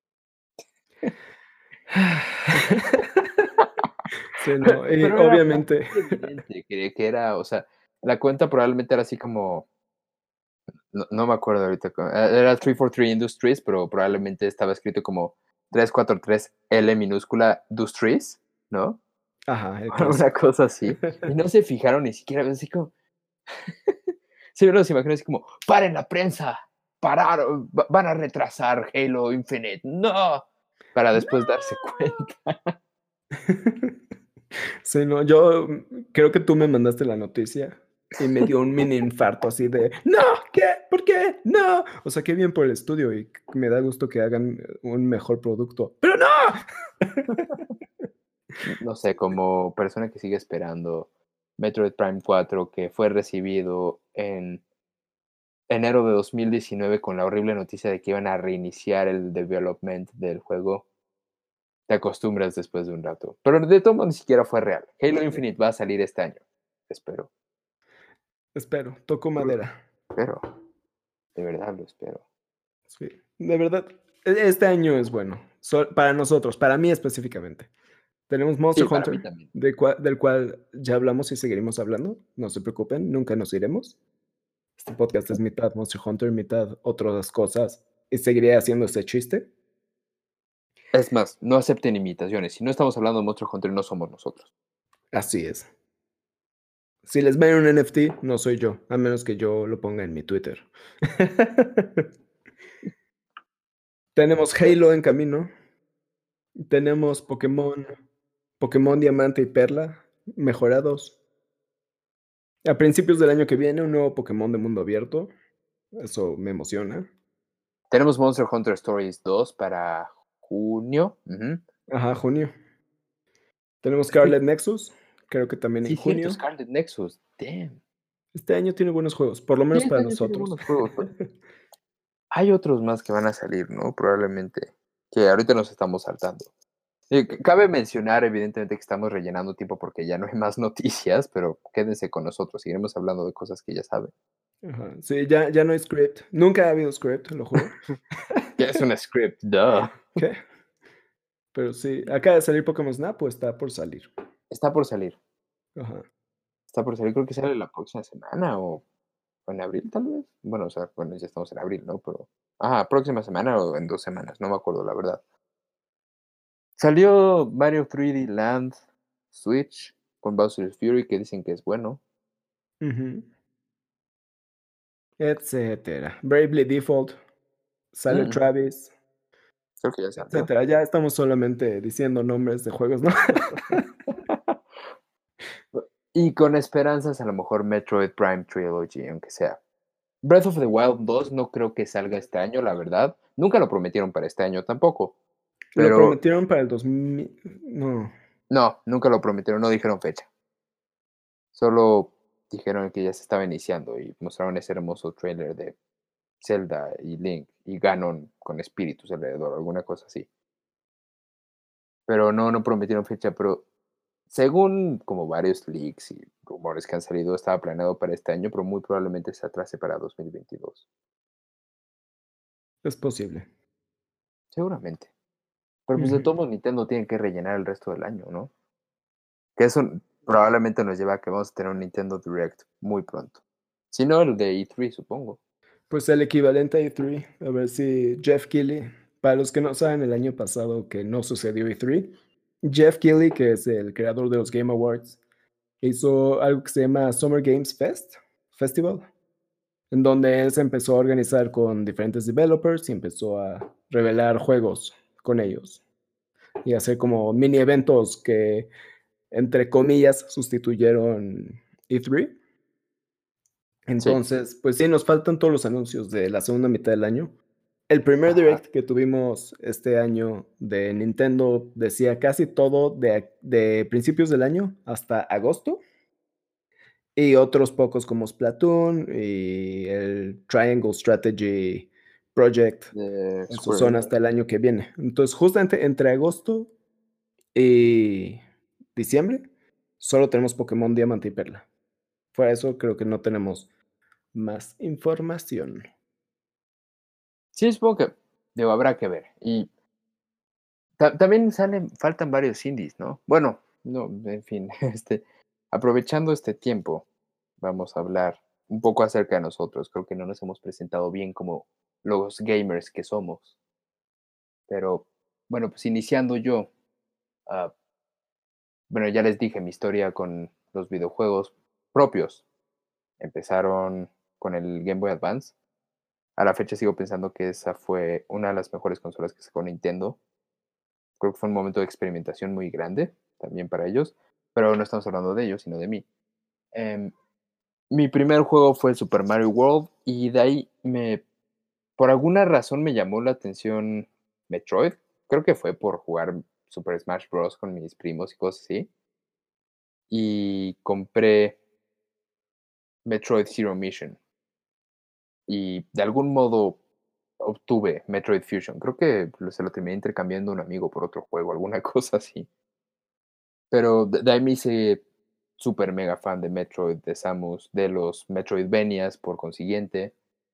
Sí, no, y Pero era muy obviamente. evidente que, que era, o sea, la cuenta probablemente era así como, no, no me acuerdo ahorita, co- eh, era trescientos cuarenta y tres Industries, pero probablemente estaba escrito como trescientos cuarenta y tres L minúscula Industries, ¿no? Ajá, el Una clásico. cosa así. Y no se fijaron ni siquiera, así como, sí, me los imagino así como, paren la prensa, parar, va- van a retrasar Halo Infinite, no, para después darse cuenta. Sí, no, yo mm, creo que tú me mandaste la noticia y me dio un mini infarto así de, no, ¿qué? ¿Por qué? No. O sea, qué bien por el estudio y me da gusto que hagan eh, un mejor producto. Pero no. No sé, como persona que sigue esperando Metroid Prime cuatro, que fue recibido en enero de dos mil diecinueve con la horrible noticia de que iban a reiniciar el development del juego, te acostumbras después de un rato. Pero de todo modo ni siquiera fue real. Halo Infinite va a salir este año, espero. Espero, toco madera. Pero, de verdad lo espero. Sí, de verdad, e- este año es bueno. So- para nosotros, para mí específicamente. Tenemos Monster Sí, para mí Hunter, también. de cua- del cual ya hablamos y seguiremos hablando. No se preocupen, nunca nos iremos. Este podcast es mitad Monster Hunter, mitad otras cosas. Y seguiré haciendo ese chiste. Es más, no acepten imitaciones. Si no estamos hablando de Monster Hunter, no somos nosotros. Así es. Si les ven un N F T, no soy yo, a menos que yo lo ponga en mi Twitter. Tenemos Halo en camino. Tenemos Pokémon, Pokémon Diamante y Perla mejorados. A principios del año que viene, un nuevo Pokémon de mundo abierto. Eso me emociona. Tenemos Monster Hunter Stories dos para junio. Ujú. Ajá, junio. Tenemos Sí, Scarlet Nexus, creo que también en sí, cierto, junio. Scarlet Nexus. Damn. Este año tiene buenos juegos, por lo Sí, menos este para año tiene nosotros. buenos juegos. pero hay otros más que van a salir, ¿no? Probablemente. Que ahorita nos estamos saltando. Eh, c- cabe mencionar, evidentemente, que estamos rellenando tiempo porque ya no hay más noticias, pero quédense con nosotros. Seguiremos hablando de cosas que ya saben. Ajá, sí, ya, ya no hay script. Nunca ha habido script, lo juro. ¿Qué es un script? Duh. ¿Qué? Pero sí, acaba de salir Pokémon Snap o está por salir. Está por salir. Ajá. Está por salir, creo que sale la próxima semana o o en abril, tal vez. Bueno, o sea, bueno, ya estamos en abril, ¿no? Pero. Ajá, próxima semana o en dos semanas, no me acuerdo, la verdad. Salió Mario tres D Land Switch con Bowser's Fury, que dicen que es bueno. Ujú. Etcétera. Bravely Default, sale Mm, Travis, creo que ya salió. etcétera. Ya estamos solamente diciendo nombres de juegos, ¿no? Y con esperanzas, a lo mejor Metroid Prime Trilogy, aunque sea. Breath of the Wild dos no creo que salga este año, la verdad. Nunca lo prometieron para este año tampoco. Lo Pero prometieron para el dos mil. No. no, nunca lo prometieron, no dijeron fecha. Solo dijeron que ya se estaba iniciando y mostraron ese hermoso trailer de Zelda y Link y Ganon con espíritus alrededor, alguna cosa así. Pero no, no prometieron fecha, pero según como varios leaks y rumores que han salido, estaba planeado para este año, pero muy probablemente se atrase para dos mil veintidós. Es posible. Seguramente. Pero pues de Ujú. todos modos Nintendo tiene que rellenar el resto del año, ¿no? Que eso probablemente nos lleva a que vamos a tener un Nintendo Direct muy pronto. Si no, el de E tres, supongo. Pues el equivalente a E tres. A ver si Jeff Keighley, para los que no saben, el año pasado que no sucedió E tres, Jeff Keighley, que es el creador de los Game Awards, hizo algo que se llama Summer Games Fest, Festival, en donde él se empezó a organizar con diferentes developers y empezó a revelar juegos con ellos y hacer como mini eventos que, entre comillas, sustituyeron E tres. Sí. Entonces, pues sí, nos faltan todos los anuncios de la segunda mitad del año. El primer Ajá. Direct que tuvimos este año de Nintendo decía casi todo de, de principios del año hasta agosto. Y otros pocos como Splatoon y el Triangle Strategy Project. De Esos son Square. hasta el año que viene. Entonces, justamente entre agosto y diciembre, solo tenemos Pokémon Diamante y Perla. fuera de eso, creo que no tenemos más información. Sí, supongo que, digo, habrá que ver. Y ta- también salen, faltan varios indies, ¿no? Bueno, no, en fin, este, aprovechando este tiempo, vamos a hablar un poco acerca de nosotros. Creo que no nos hemos presentado bien como los gamers que somos. Pero, bueno, pues iniciando yo, ah, bueno, ya les dije mi historia con los videojuegos propios. Empezaron con el Game Boy Advance. A la fecha sigo pensando que esa fue una de las mejores consolas que sacó Nintendo. Creo que fue un momento de experimentación muy grande también para ellos, pero no estamos hablando de ellos, sino de mí. Em, Mi primer juego fue Super Mario World y de ahí me, por alguna razón me llamó la atención Metroid. Creo que fue por jugar Super Smash Bros. Con mis primos y cosas así. Y compré Metroid Zero Mission. Y de algún modo obtuve Metroid Fusion. Creo que se lo terminé intercambiando a un amigo por otro juego, alguna cosa así. Pero de, de ahí me hice súper mega fan de Metroid, de Samus, de los Metroidvanias por consiguiente.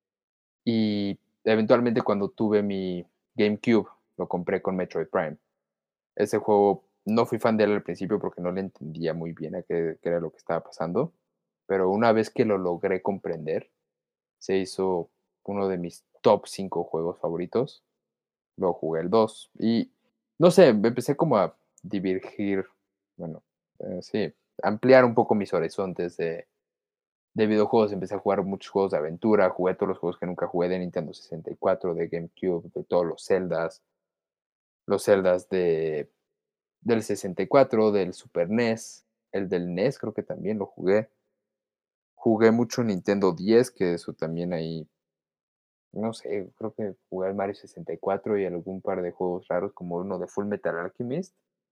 Y eventualmente cuando tuve mi GameCube, lo compré con Metroid Prime. Ese juego no fui fan de él al principio porque no le entendía muy bien a qué, qué era lo que estaba pasando. Pero una vez que lo logré comprender, se hizo uno de mis top cinco juegos favoritos. Luego jugué el dos y no sé, empecé como a divergir, bueno, eh, sí, ampliar un poco mis horizontes de, de videojuegos. Empecé a jugar muchos juegos de aventura, jugué todos los juegos que nunca jugué de Nintendo sesenta y cuatro, de GameCube, de todos los Zeldas, los Zeldas de, del sesenta y cuatro, del Super N E S, el del N E S creo que también lo jugué. Jugué mucho Nintendo diez, que eso también ahí, no sé, creo que jugué al Mario sesenta y cuatro y algún par de juegos raros como uno de Full Metal Alchemist,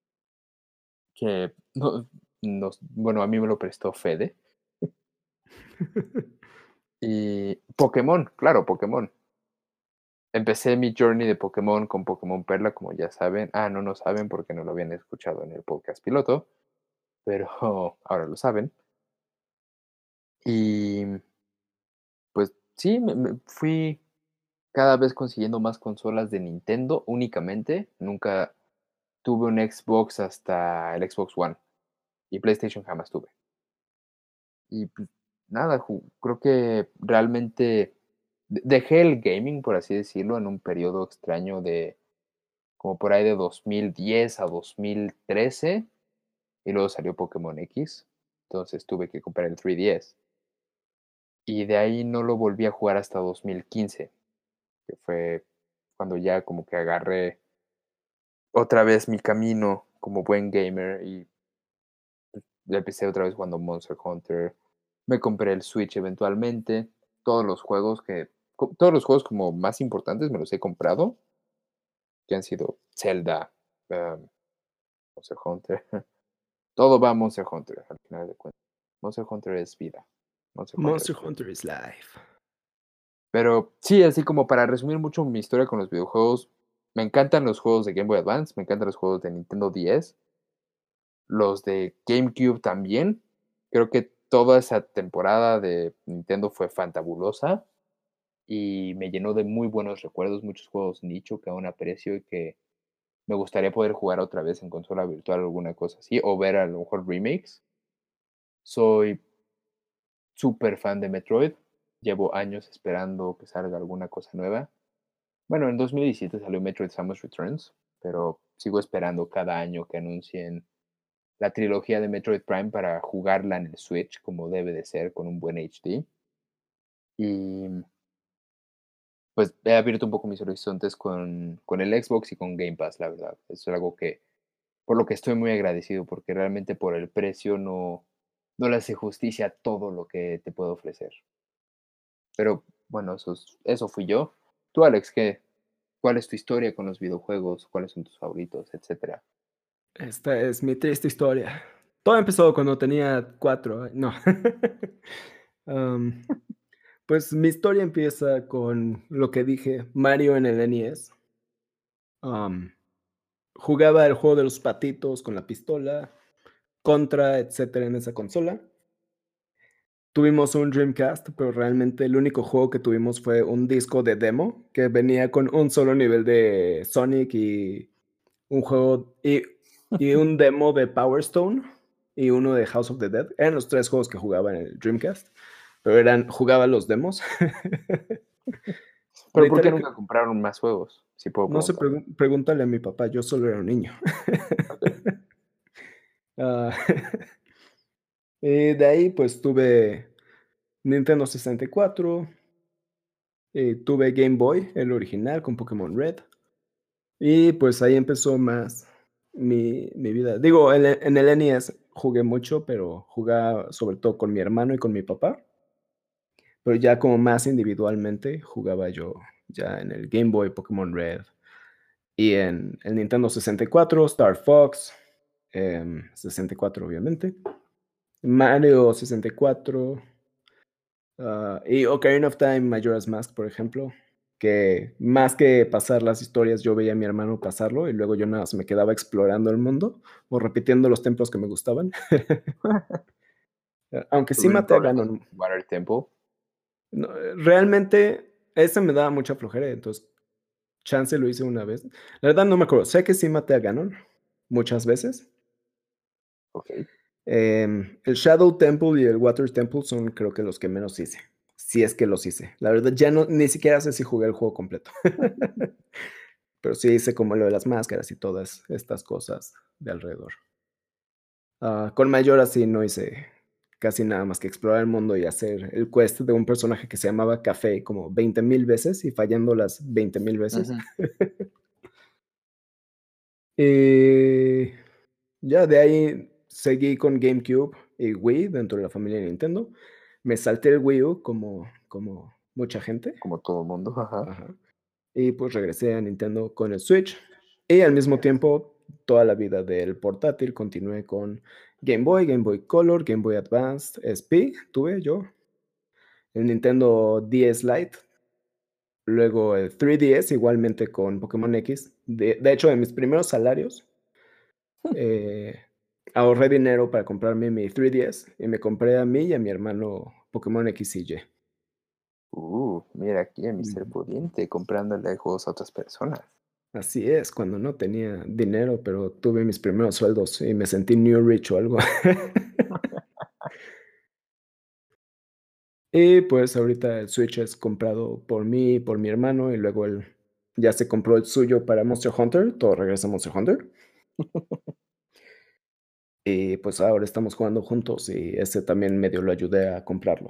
que no, nos, bueno, a mí me lo prestó Fede. Y Pokémon, claro, Pokémon. Empecé mi journey de Pokémon con Pokémon Perla, como ya saben. Ah, no, no saben porque no lo habían escuchado en el podcast piloto, pero ahora lo saben. Y pues sí, me, me fui cada vez consiguiendo más consolas de Nintendo únicamente. Nunca tuve un Xbox hasta el Xbox One y PlayStation jamás tuve. Y pues, nada, ju- creo que realmente de- dejé el gaming, por así decirlo, en un periodo extraño de como por ahí de dos mil diez a dos mil trece y luego salió Pokémon X. Entonces tuve que comprar el tres D S. Y de ahí no lo volví a jugar hasta dos mil quince, que fue cuando ya como que agarré otra vez mi camino como buen gamer y ya empecé otra vez jugando Monster Hunter. Me compré el Switch eventualmente. Todos los juegos que. co- Todos los juegos como más importantes me los he comprado. Que han sido Zelda, um, Monster Hunter. Todo va a Monster Hunter al final de cuentas. Monster Hunter es vida. Monster Hunter Monster es todo. Hunter is life. Pero sí, así como para resumir mucho mi historia con los videojuegos, me encantan los juegos de Game Boy Advance, me encantan los juegos de Nintendo diez, los de GameCube también. Creo que toda esa temporada de Nintendo fue fantabulosa y me llenó de muy buenos recuerdos, muchos juegos nicho que aún aprecio y que me gustaría poder jugar otra vez en consola virtual o alguna cosa así, o ver a lo mejor remakes. Soy súper fan de Metroid, llevo años esperando que salga alguna cosa nueva. Bueno, en dos mil diecisiete salió Metroid Samus Returns, pero sigo esperando cada año que anuncien la trilogía de Metroid Prime para jugarla en el Switch como debe de ser, con un buen H D. Y pues he abierto un poco mis horizontes con, con el Xbox y con Game Pass, la verdad. Eso es algo que, por lo que estoy muy agradecido, porque realmente por el precio no, no le hace justicia a todo lo que te puedo ofrecer. Pero bueno, eso, es- eso fui yo. Tú, Alex, ¿qué? ¿Cuál es tu historia con los videojuegos? ¿Cuáles son tus favoritos, etcétera? Esta es mi triste historia. Todo empezó cuando tenía cuatro. No. Am, pues mi historia empieza con lo que dije, Mario en el N E S. Am, Jugaba el juego de los patitos con la pistola, Contra, etcétera, en esa consola. Tuvimos un Dreamcast, pero realmente el único juego que tuvimos fue un disco de demo que venía con un solo nivel de Sonic y un juego y y un demo de Power Stone y uno de House of the Dead. Eran los tres juegos que jugaba en el Dreamcast, pero eran jugaba los demos. Pero, ¿por qué Literal que nunca compraron más juegos? Si puedo no sé, preguntar. pregun pregúntale a mi papá, yo solo era un niño. Okey. Ah, y de ahí, pues, tuve Nintendo sesenta y cuatro, eh, tuve Game Boy, el original con Pokémon Red, y pues ahí empezó más mi mi vida. Digo, en el en el N E S jugué mucho, pero jugaba sobre todo con mi hermano y con mi papá, pero ya como más individualmente jugaba yo ya en el Game Boy, Pokémon Red, y en el Nintendo sesenta y cuatro, Star Fox, em, sesenta y cuatro obviamente, Mario sesenta y cuatro, ah, y Ocarina of Time, Majora's Mask, por ejemplo, que más que pasar las historias, yo veía a mi hermano pasarlo y luego yo nada más me quedaba explorando el mundo o repitiendo los templos que me gustaban. A aunque sí ¿Tuvieron maté a problemas Ganon. con Water Temple? No, eh, realmente ese me daba mucha flojera, entonces chance lo hice una vez. La verdad no me acuerdo, sé que sí maté a Ganon muchas veces. Okey. Em, el Shadow Temple y el Water Temple son creo que los que menos hice, si es que los hice. La verdad ya no ni siquiera sé si jugué el juego completo. Pero sí hice como lo de las máscaras y todas estas cosas de alrededor. Ah, con Majoras sí no hice casi nada más que explorar el mundo y hacer el quest de un personaje que se llamaba Café como veinte mil veces y fallando las veinte mil veces. Ujú. Y ya de ahí seguí con GameCube y Wii dentro de la familia de Nintendo. Me salté el Wii U como como mucha gente. Como todo mundo, ajá. Ajá. Y pues regresé a Nintendo con el Switch. Y al mismo tiempo, toda la vida del portátil continué con Game Boy, Game Boy Color, Game Boy Advanced, S P, tuve yo, el Nintendo D S Lite, luego el tres D S igualmente con Pokémon X. De, de hecho, en mis primeros salarios, eh, ahorré dinero para comprarme mi tres D S y me compré a mí y a mi hermano Pokémon X y Y. Uh, mira aquí a mister Ujú. Pudiente comprándole juegos a otras personas. Así es, cuando no tenía dinero, pero tuve mis primeros sueldos y me sentí new rich o algo. Y pues ahorita el Switch es comprado por mí y por mi hermano, y luego él ya se compró el suyo para Monster Hunter, todo regresa a Monster Hunter. Y pues ahora estamos jugando juntos y ese también medio lo ayudé a comprarlo.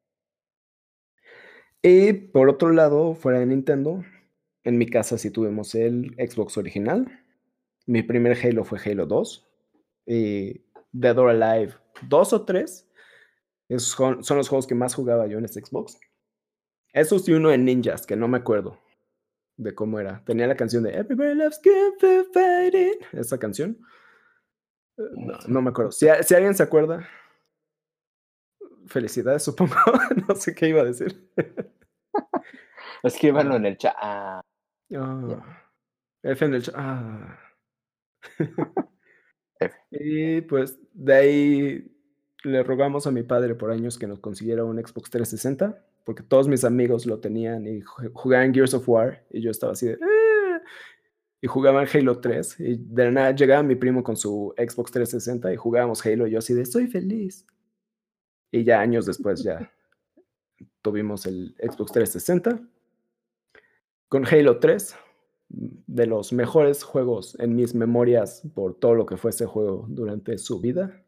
Y por otro lado, fuera de Nintendo, en mi casa sí tuvimos el Xbox original. Mi primer Halo fue Halo dos y Dead or Alive dos o tres. Esos son son los juegos que más jugaba yo en ese Xbox. Esos y uno de ninjas, que no me acuerdo de cómo era. Tenía la canción de Everybody loves Kung Fu Fighting, esa canción. Eh, no, no me acuerdo. Si a si alguien se acuerda, felicidades, supongo. No sé qué iba a decir. Escríbanlo Ah, en el chat. Ah, ya. ah, F en el cha ah. F. Y pues de ahí le rogamos a mi padre por años que nos consiguiera un Xbox trescientos sesenta, porque todos mis amigos lo tenían y ju jugaban Gears of War, y yo estaba así de, "Ah", y jugaban Halo tres, y de la nada llegaba mi primo con su Xbox trescientos sesenta y jugábamos Halo, y yo así de: "Soy feliz". Y ya años después ya tuvimos el Xbox trescientos sesenta con Halo tres, de los mejores juegos en mis memorias por todo lo que fue ese juego durante su vida.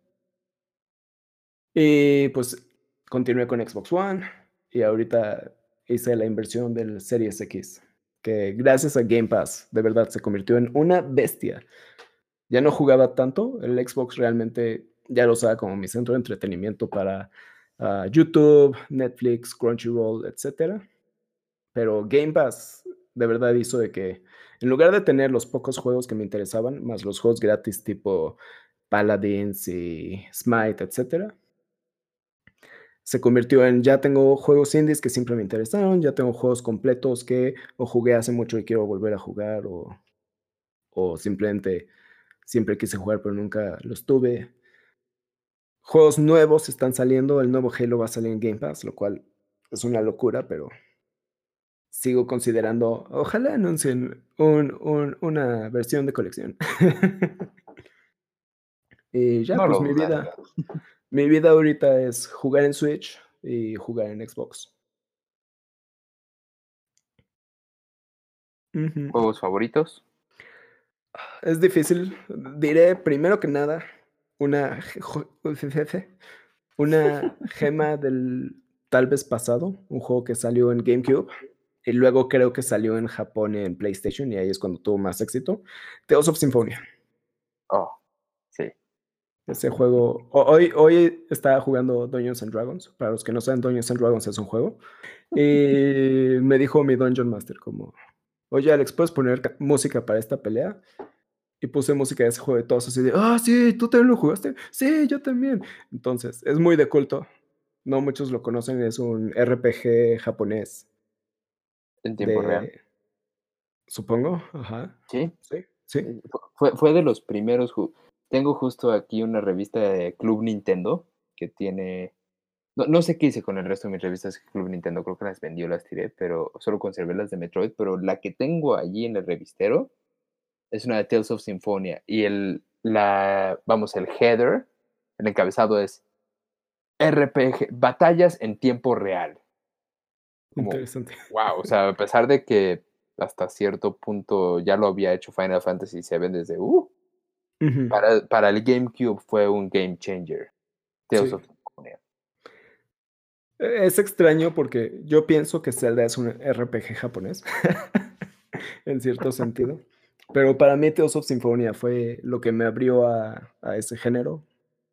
Y pues continué con Xbox One y ahorita hice la inversión del Series X, que gracias a Game Pass, de verdad se convirtió en una bestia. Ya no jugaba tanto, el Xbox realmente ya lo usaba como mi centro de entretenimiento para ah, YouTube, Netflix, Crunchyroll, etcétera. Pero Game Pass de verdad hizo de que en lugar de tener los pocos juegos que me interesaban, más los juegos gratis tipo Paladins y Smite, etcétera, se convirtió en ya tengo juegos indies que siempre me interesaron, ya tengo juegos completos que o jugué hace mucho y quiero volver a jugar o, o simplemente siempre quise jugar pero nunca los tuve. Juegos nuevos están saliendo, el nuevo Halo va a salir en Game Pass, lo cual es una locura, pero sigo considerando, ojalá anuncien un, un, una versión de colección. Y ya, No pues lo mi dudaré. vida, mi vida ahorita es jugar en Switch y jugar en Xbox. Ujú. ¿Juegos favoritos? Es difícil. Diré primero que nada una, ge- jo- una gema del tal vez pasado, un juego que salió en GameCube y luego creo que salió en Japón en PlayStation y ahí es cuando tuvo más éxito. Tales of Symphonia. Oh, sí. Ese juego, ho- hoy, hoy estaba jugando Dungeons and Dragons. Para los que no saben, Dungeons and Dragons es un juego. Y me dijo mi Dungeon Master como, oye Alex, ¿puedes poner ca- música para esta pelea? Y puse música de ese juego de todos así de, ah, sí, ¿tú también lo jugaste? Sí, yo también. Entonces, es muy de culto. No muchos lo conocen, es un R P G japonés En tiempo real. de, supongo, ajá. Sí. Sí, sí. Eh, fu- Fue, fue de los primeros. ju- Tengo justo aquí una revista de Club Nintendo que tiene. No, no sé qué hice con el resto de mis revistas de Club Nintendo, creo que las vendí o las tiré, pero solo conservé las de Metroid. Pero la que tengo allí en el revistero es una de Tales of Symphonia. Y el, la, vamos, el header, el encabezado es R P G, batallas en tiempo real. Como, Interesante. wow, o sea, a pesar de que hasta cierto punto ya lo había hecho Final Fantasy siete desde, uh, Ujú. para, para el GameCube fue un game changer. Tales Sí. of Symphonia. E- Es extraño porque yo pienso que Zelda es un R P G japonés, en cierto sentido. Pero para mí Tales of Symphonia fue lo que me abrió a, a ese género.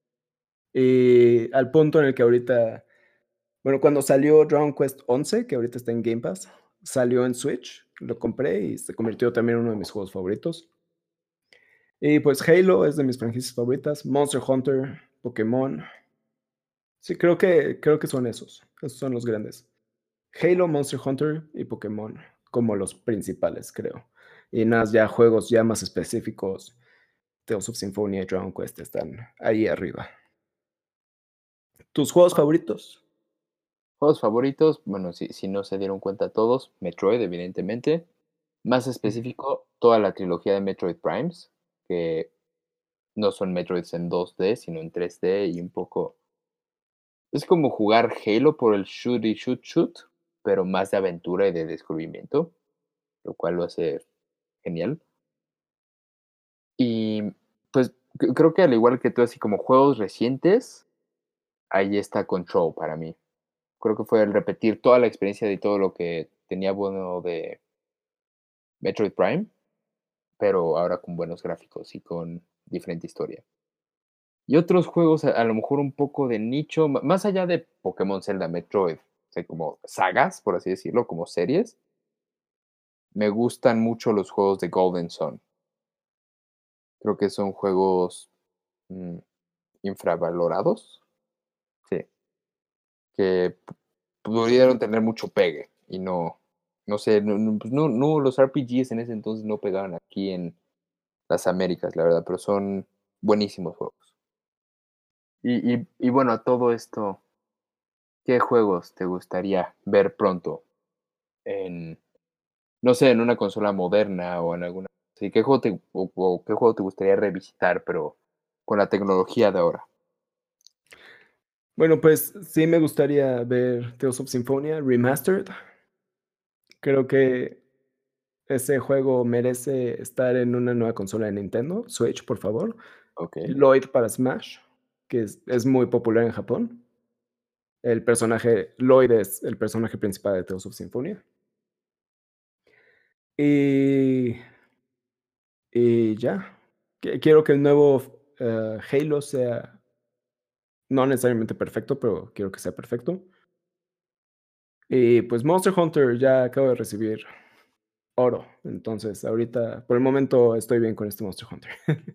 Y al punto en el que ahorita, bueno, cuando salió Dragon Quest once, que ahorita está en Game Pass, salió en Switch, lo compré y se convirtió también en uno de mis juegos favoritos. Y pues Halo es de mis franquicias favoritas, Monster Hunter, Pokémon. Sí, creo que, creo que son esos, esos son los grandes. Halo, Monster Hunter y Pokémon como los principales, creo. Y nada, ya juegos ya más específicos, Tales of Symphonia y Dragon Quest están ahí arriba. ¿Tus juegos favoritos? Juegos favoritos, bueno, si, si no se dieron cuenta todos, Metroid, evidentemente. Más Ujú. específico, toda la trilogía de Metroid Primes, que no son Metroids en dos D, sino en tres D y un poco. Es como jugar Halo por el shoot y shoot shoot, pero más de aventura y de descubrimiento, lo cual lo hace genial. Y pues c- creo que al igual que tú, así como juegos recientes, ahí está Control para mí. Creo que fue el repetir toda la experiencia de todo lo que tenía bueno de Metroid Prime, pero ahora con buenos gráficos y con diferente historia. Y otros juegos, a, a lo mejor un poco de nicho, m- más allá de Pokémon, Zelda, Metroid, o sea, como sagas, por así decirlo, como series, me gustan mucho los juegos de Golden Sun. Creo que son juegos mm, infravalorados, sí, que p- pudieron tener mucho pegue y no, no sé, no, no, pues no, no, los R P Gs en ese entonces no pegaban aquí en las Américas, la verdad, pero son buenísimos juegos. Y, y, y bueno, a todo esto, ¿qué juegos te gustaría ver pronto en, no sé, en una consola moderna o en alguna? Sí, ¿qué juego te, o, o qué juego te gustaría revisitar, pero con la tecnología de ahora? Bueno, pues sí me gustaría ver Tales of Symphonia Remastered. Creo que ese juego merece estar en una nueva consola de Nintendo, Switch, por favor. Ok. Lloyd para Smash, que es, es muy popular en Japón. El personaje, Lloyd es el personaje principal de Tales of Symphonia. Y, y ya. Qui- Quiero que el nuevo eh, Halo sea no necesariamente perfecto, pero quiero que sea perfecto. Y pues Monster Hunter ya acabo de recibir oro. Entonces, ahorita, por el momento, estoy bien con este Monster Hunter.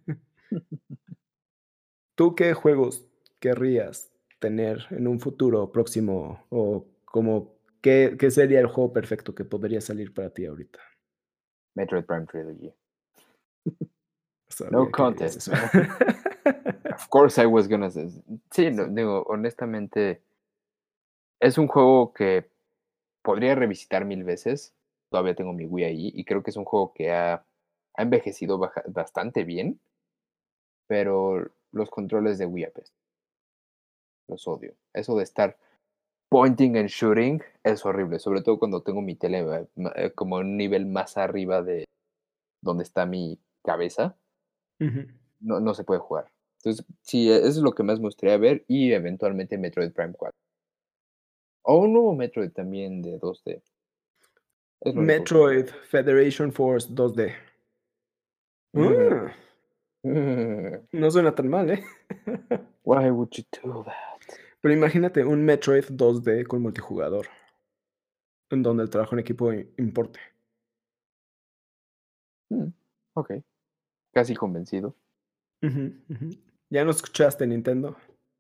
¿Tú qué juegos querrías tener en un futuro próximo? O como, ¿qué, qué sería el juego perfecto que podría salir para ti ahorita? Metroid Prime Trilogy. No Sabía que dirías contest, eso. man. Of course I was gonna say. Sí, no, digo, honestamente, es un juego que podría revisitar mil veces. Todavía tengo mi Wii ahí y creo que es un juego que ha, ha envejecido baja- bastante bien, pero los controles de Wii apestan. Los odio. Eso de estar pointing and shooting es horrible, sobre todo cuando tengo mi tele eh, ma- eh, como un nivel más arriba de donde está mi cabeza. Ujú. No, no se puede jugar. Entonces, sí, e- eso es lo que más me gustaría ver y eventualmente Metroid Prime cuatro. O un nuevo Metroid también de dos D. Es lo único que Metroid Federation Force dos D. Mm, Ah, mm, no suena tan mal, ¿eh? why would you do that? Pero imagínate un Metroid dos D con multijugador, en donde el trabajo en equipo i- importe. Mm, ok, casi convencido. Ujú, ujú. ¿Ya no escuchaste, Nintendo?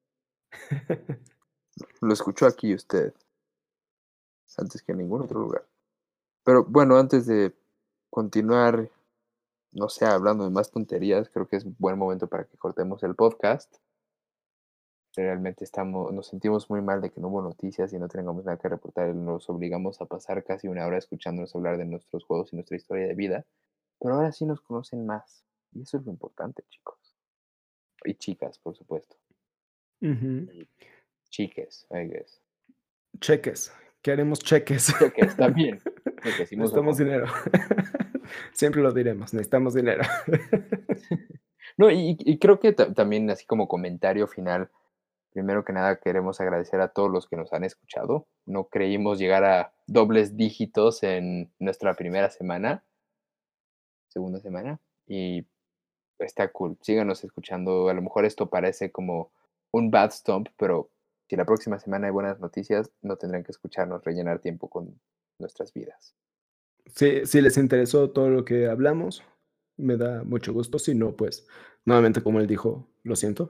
Lo escuchó aquí usted, antes que en ningún otro lugar. Pero bueno, antes de continuar, no sé, hablando de más tonterías, creo que es un buen momento para que cortemos el podcast. Realmente estamos, nos sentimos muy mal de que no hubo noticias y no tengamos nada que reportar. Nos obligamos a pasar casi una hora escuchándonos hablar de nuestros juegos y nuestra historia de vida. Pero ahora sí nos conocen más. Y eso es lo importante, chicos. Y chicas, por supuesto. Ujú. Y chiques, I guess. Cheques. Queremos cheques. Cheques, también. Cheques y Monster Necesitamos Hunter. dinero. Siempre lo diremos, necesitamos dinero. No, y, y creo que ta- también, así como comentario final, primero que nada queremos agradecer a todos los que nos han escuchado. No creímos llegar a dobles dígitos en nuestra primera semana, segunda semana, y está cool. Síganos escuchando. A lo mejor esto parece como un bad stomp, pero si la próxima semana hay buenas noticias, no tendrán que escucharnos rellenar tiempo con nuestras vidas. Si, si les interesó todo lo que hablamos, me da mucho gusto. Si no, pues, nuevamente, como él dijo, lo siento.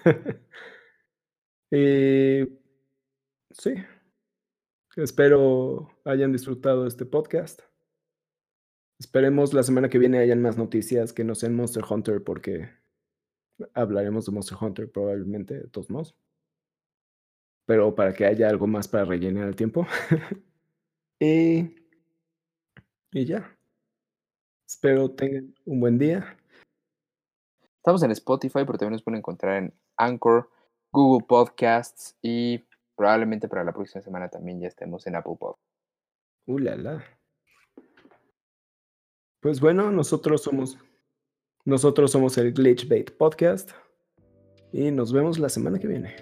Y sí, espero hayan disfrutado este podcast. Esperemos la semana que viene hayan más noticias que no sean Monster Hunter, porque hablaremos de Monster Hunter probablemente, de todos modos. Pero para que haya algo más para rellenar el tiempo. Y, y ya. Espero tengan un buen día. Estamos en Spotify, pero también nos pueden encontrar en Anchor, Google Podcasts y probablemente para la próxima semana también ya estemos en Apple Podcasts. Uh, la, la. Pues bueno, nosotros somos, nosotros somos el Glitchbait Podcast y nos vemos la semana que viene.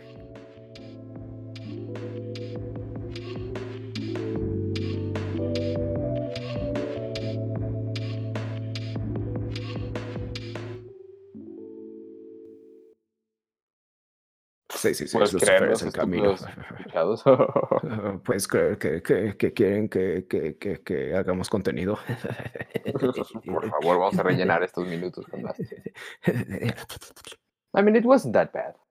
seiscientos sesenta y seis ¿Puedes creer Lucifer es los el camino. estúpidos escuchados? Puedes creer que, que, que quieren que, que, que, que hagamos contenido. Por favor, vamos a rellenar estos minutos con más. I mean, it wasn't that bad.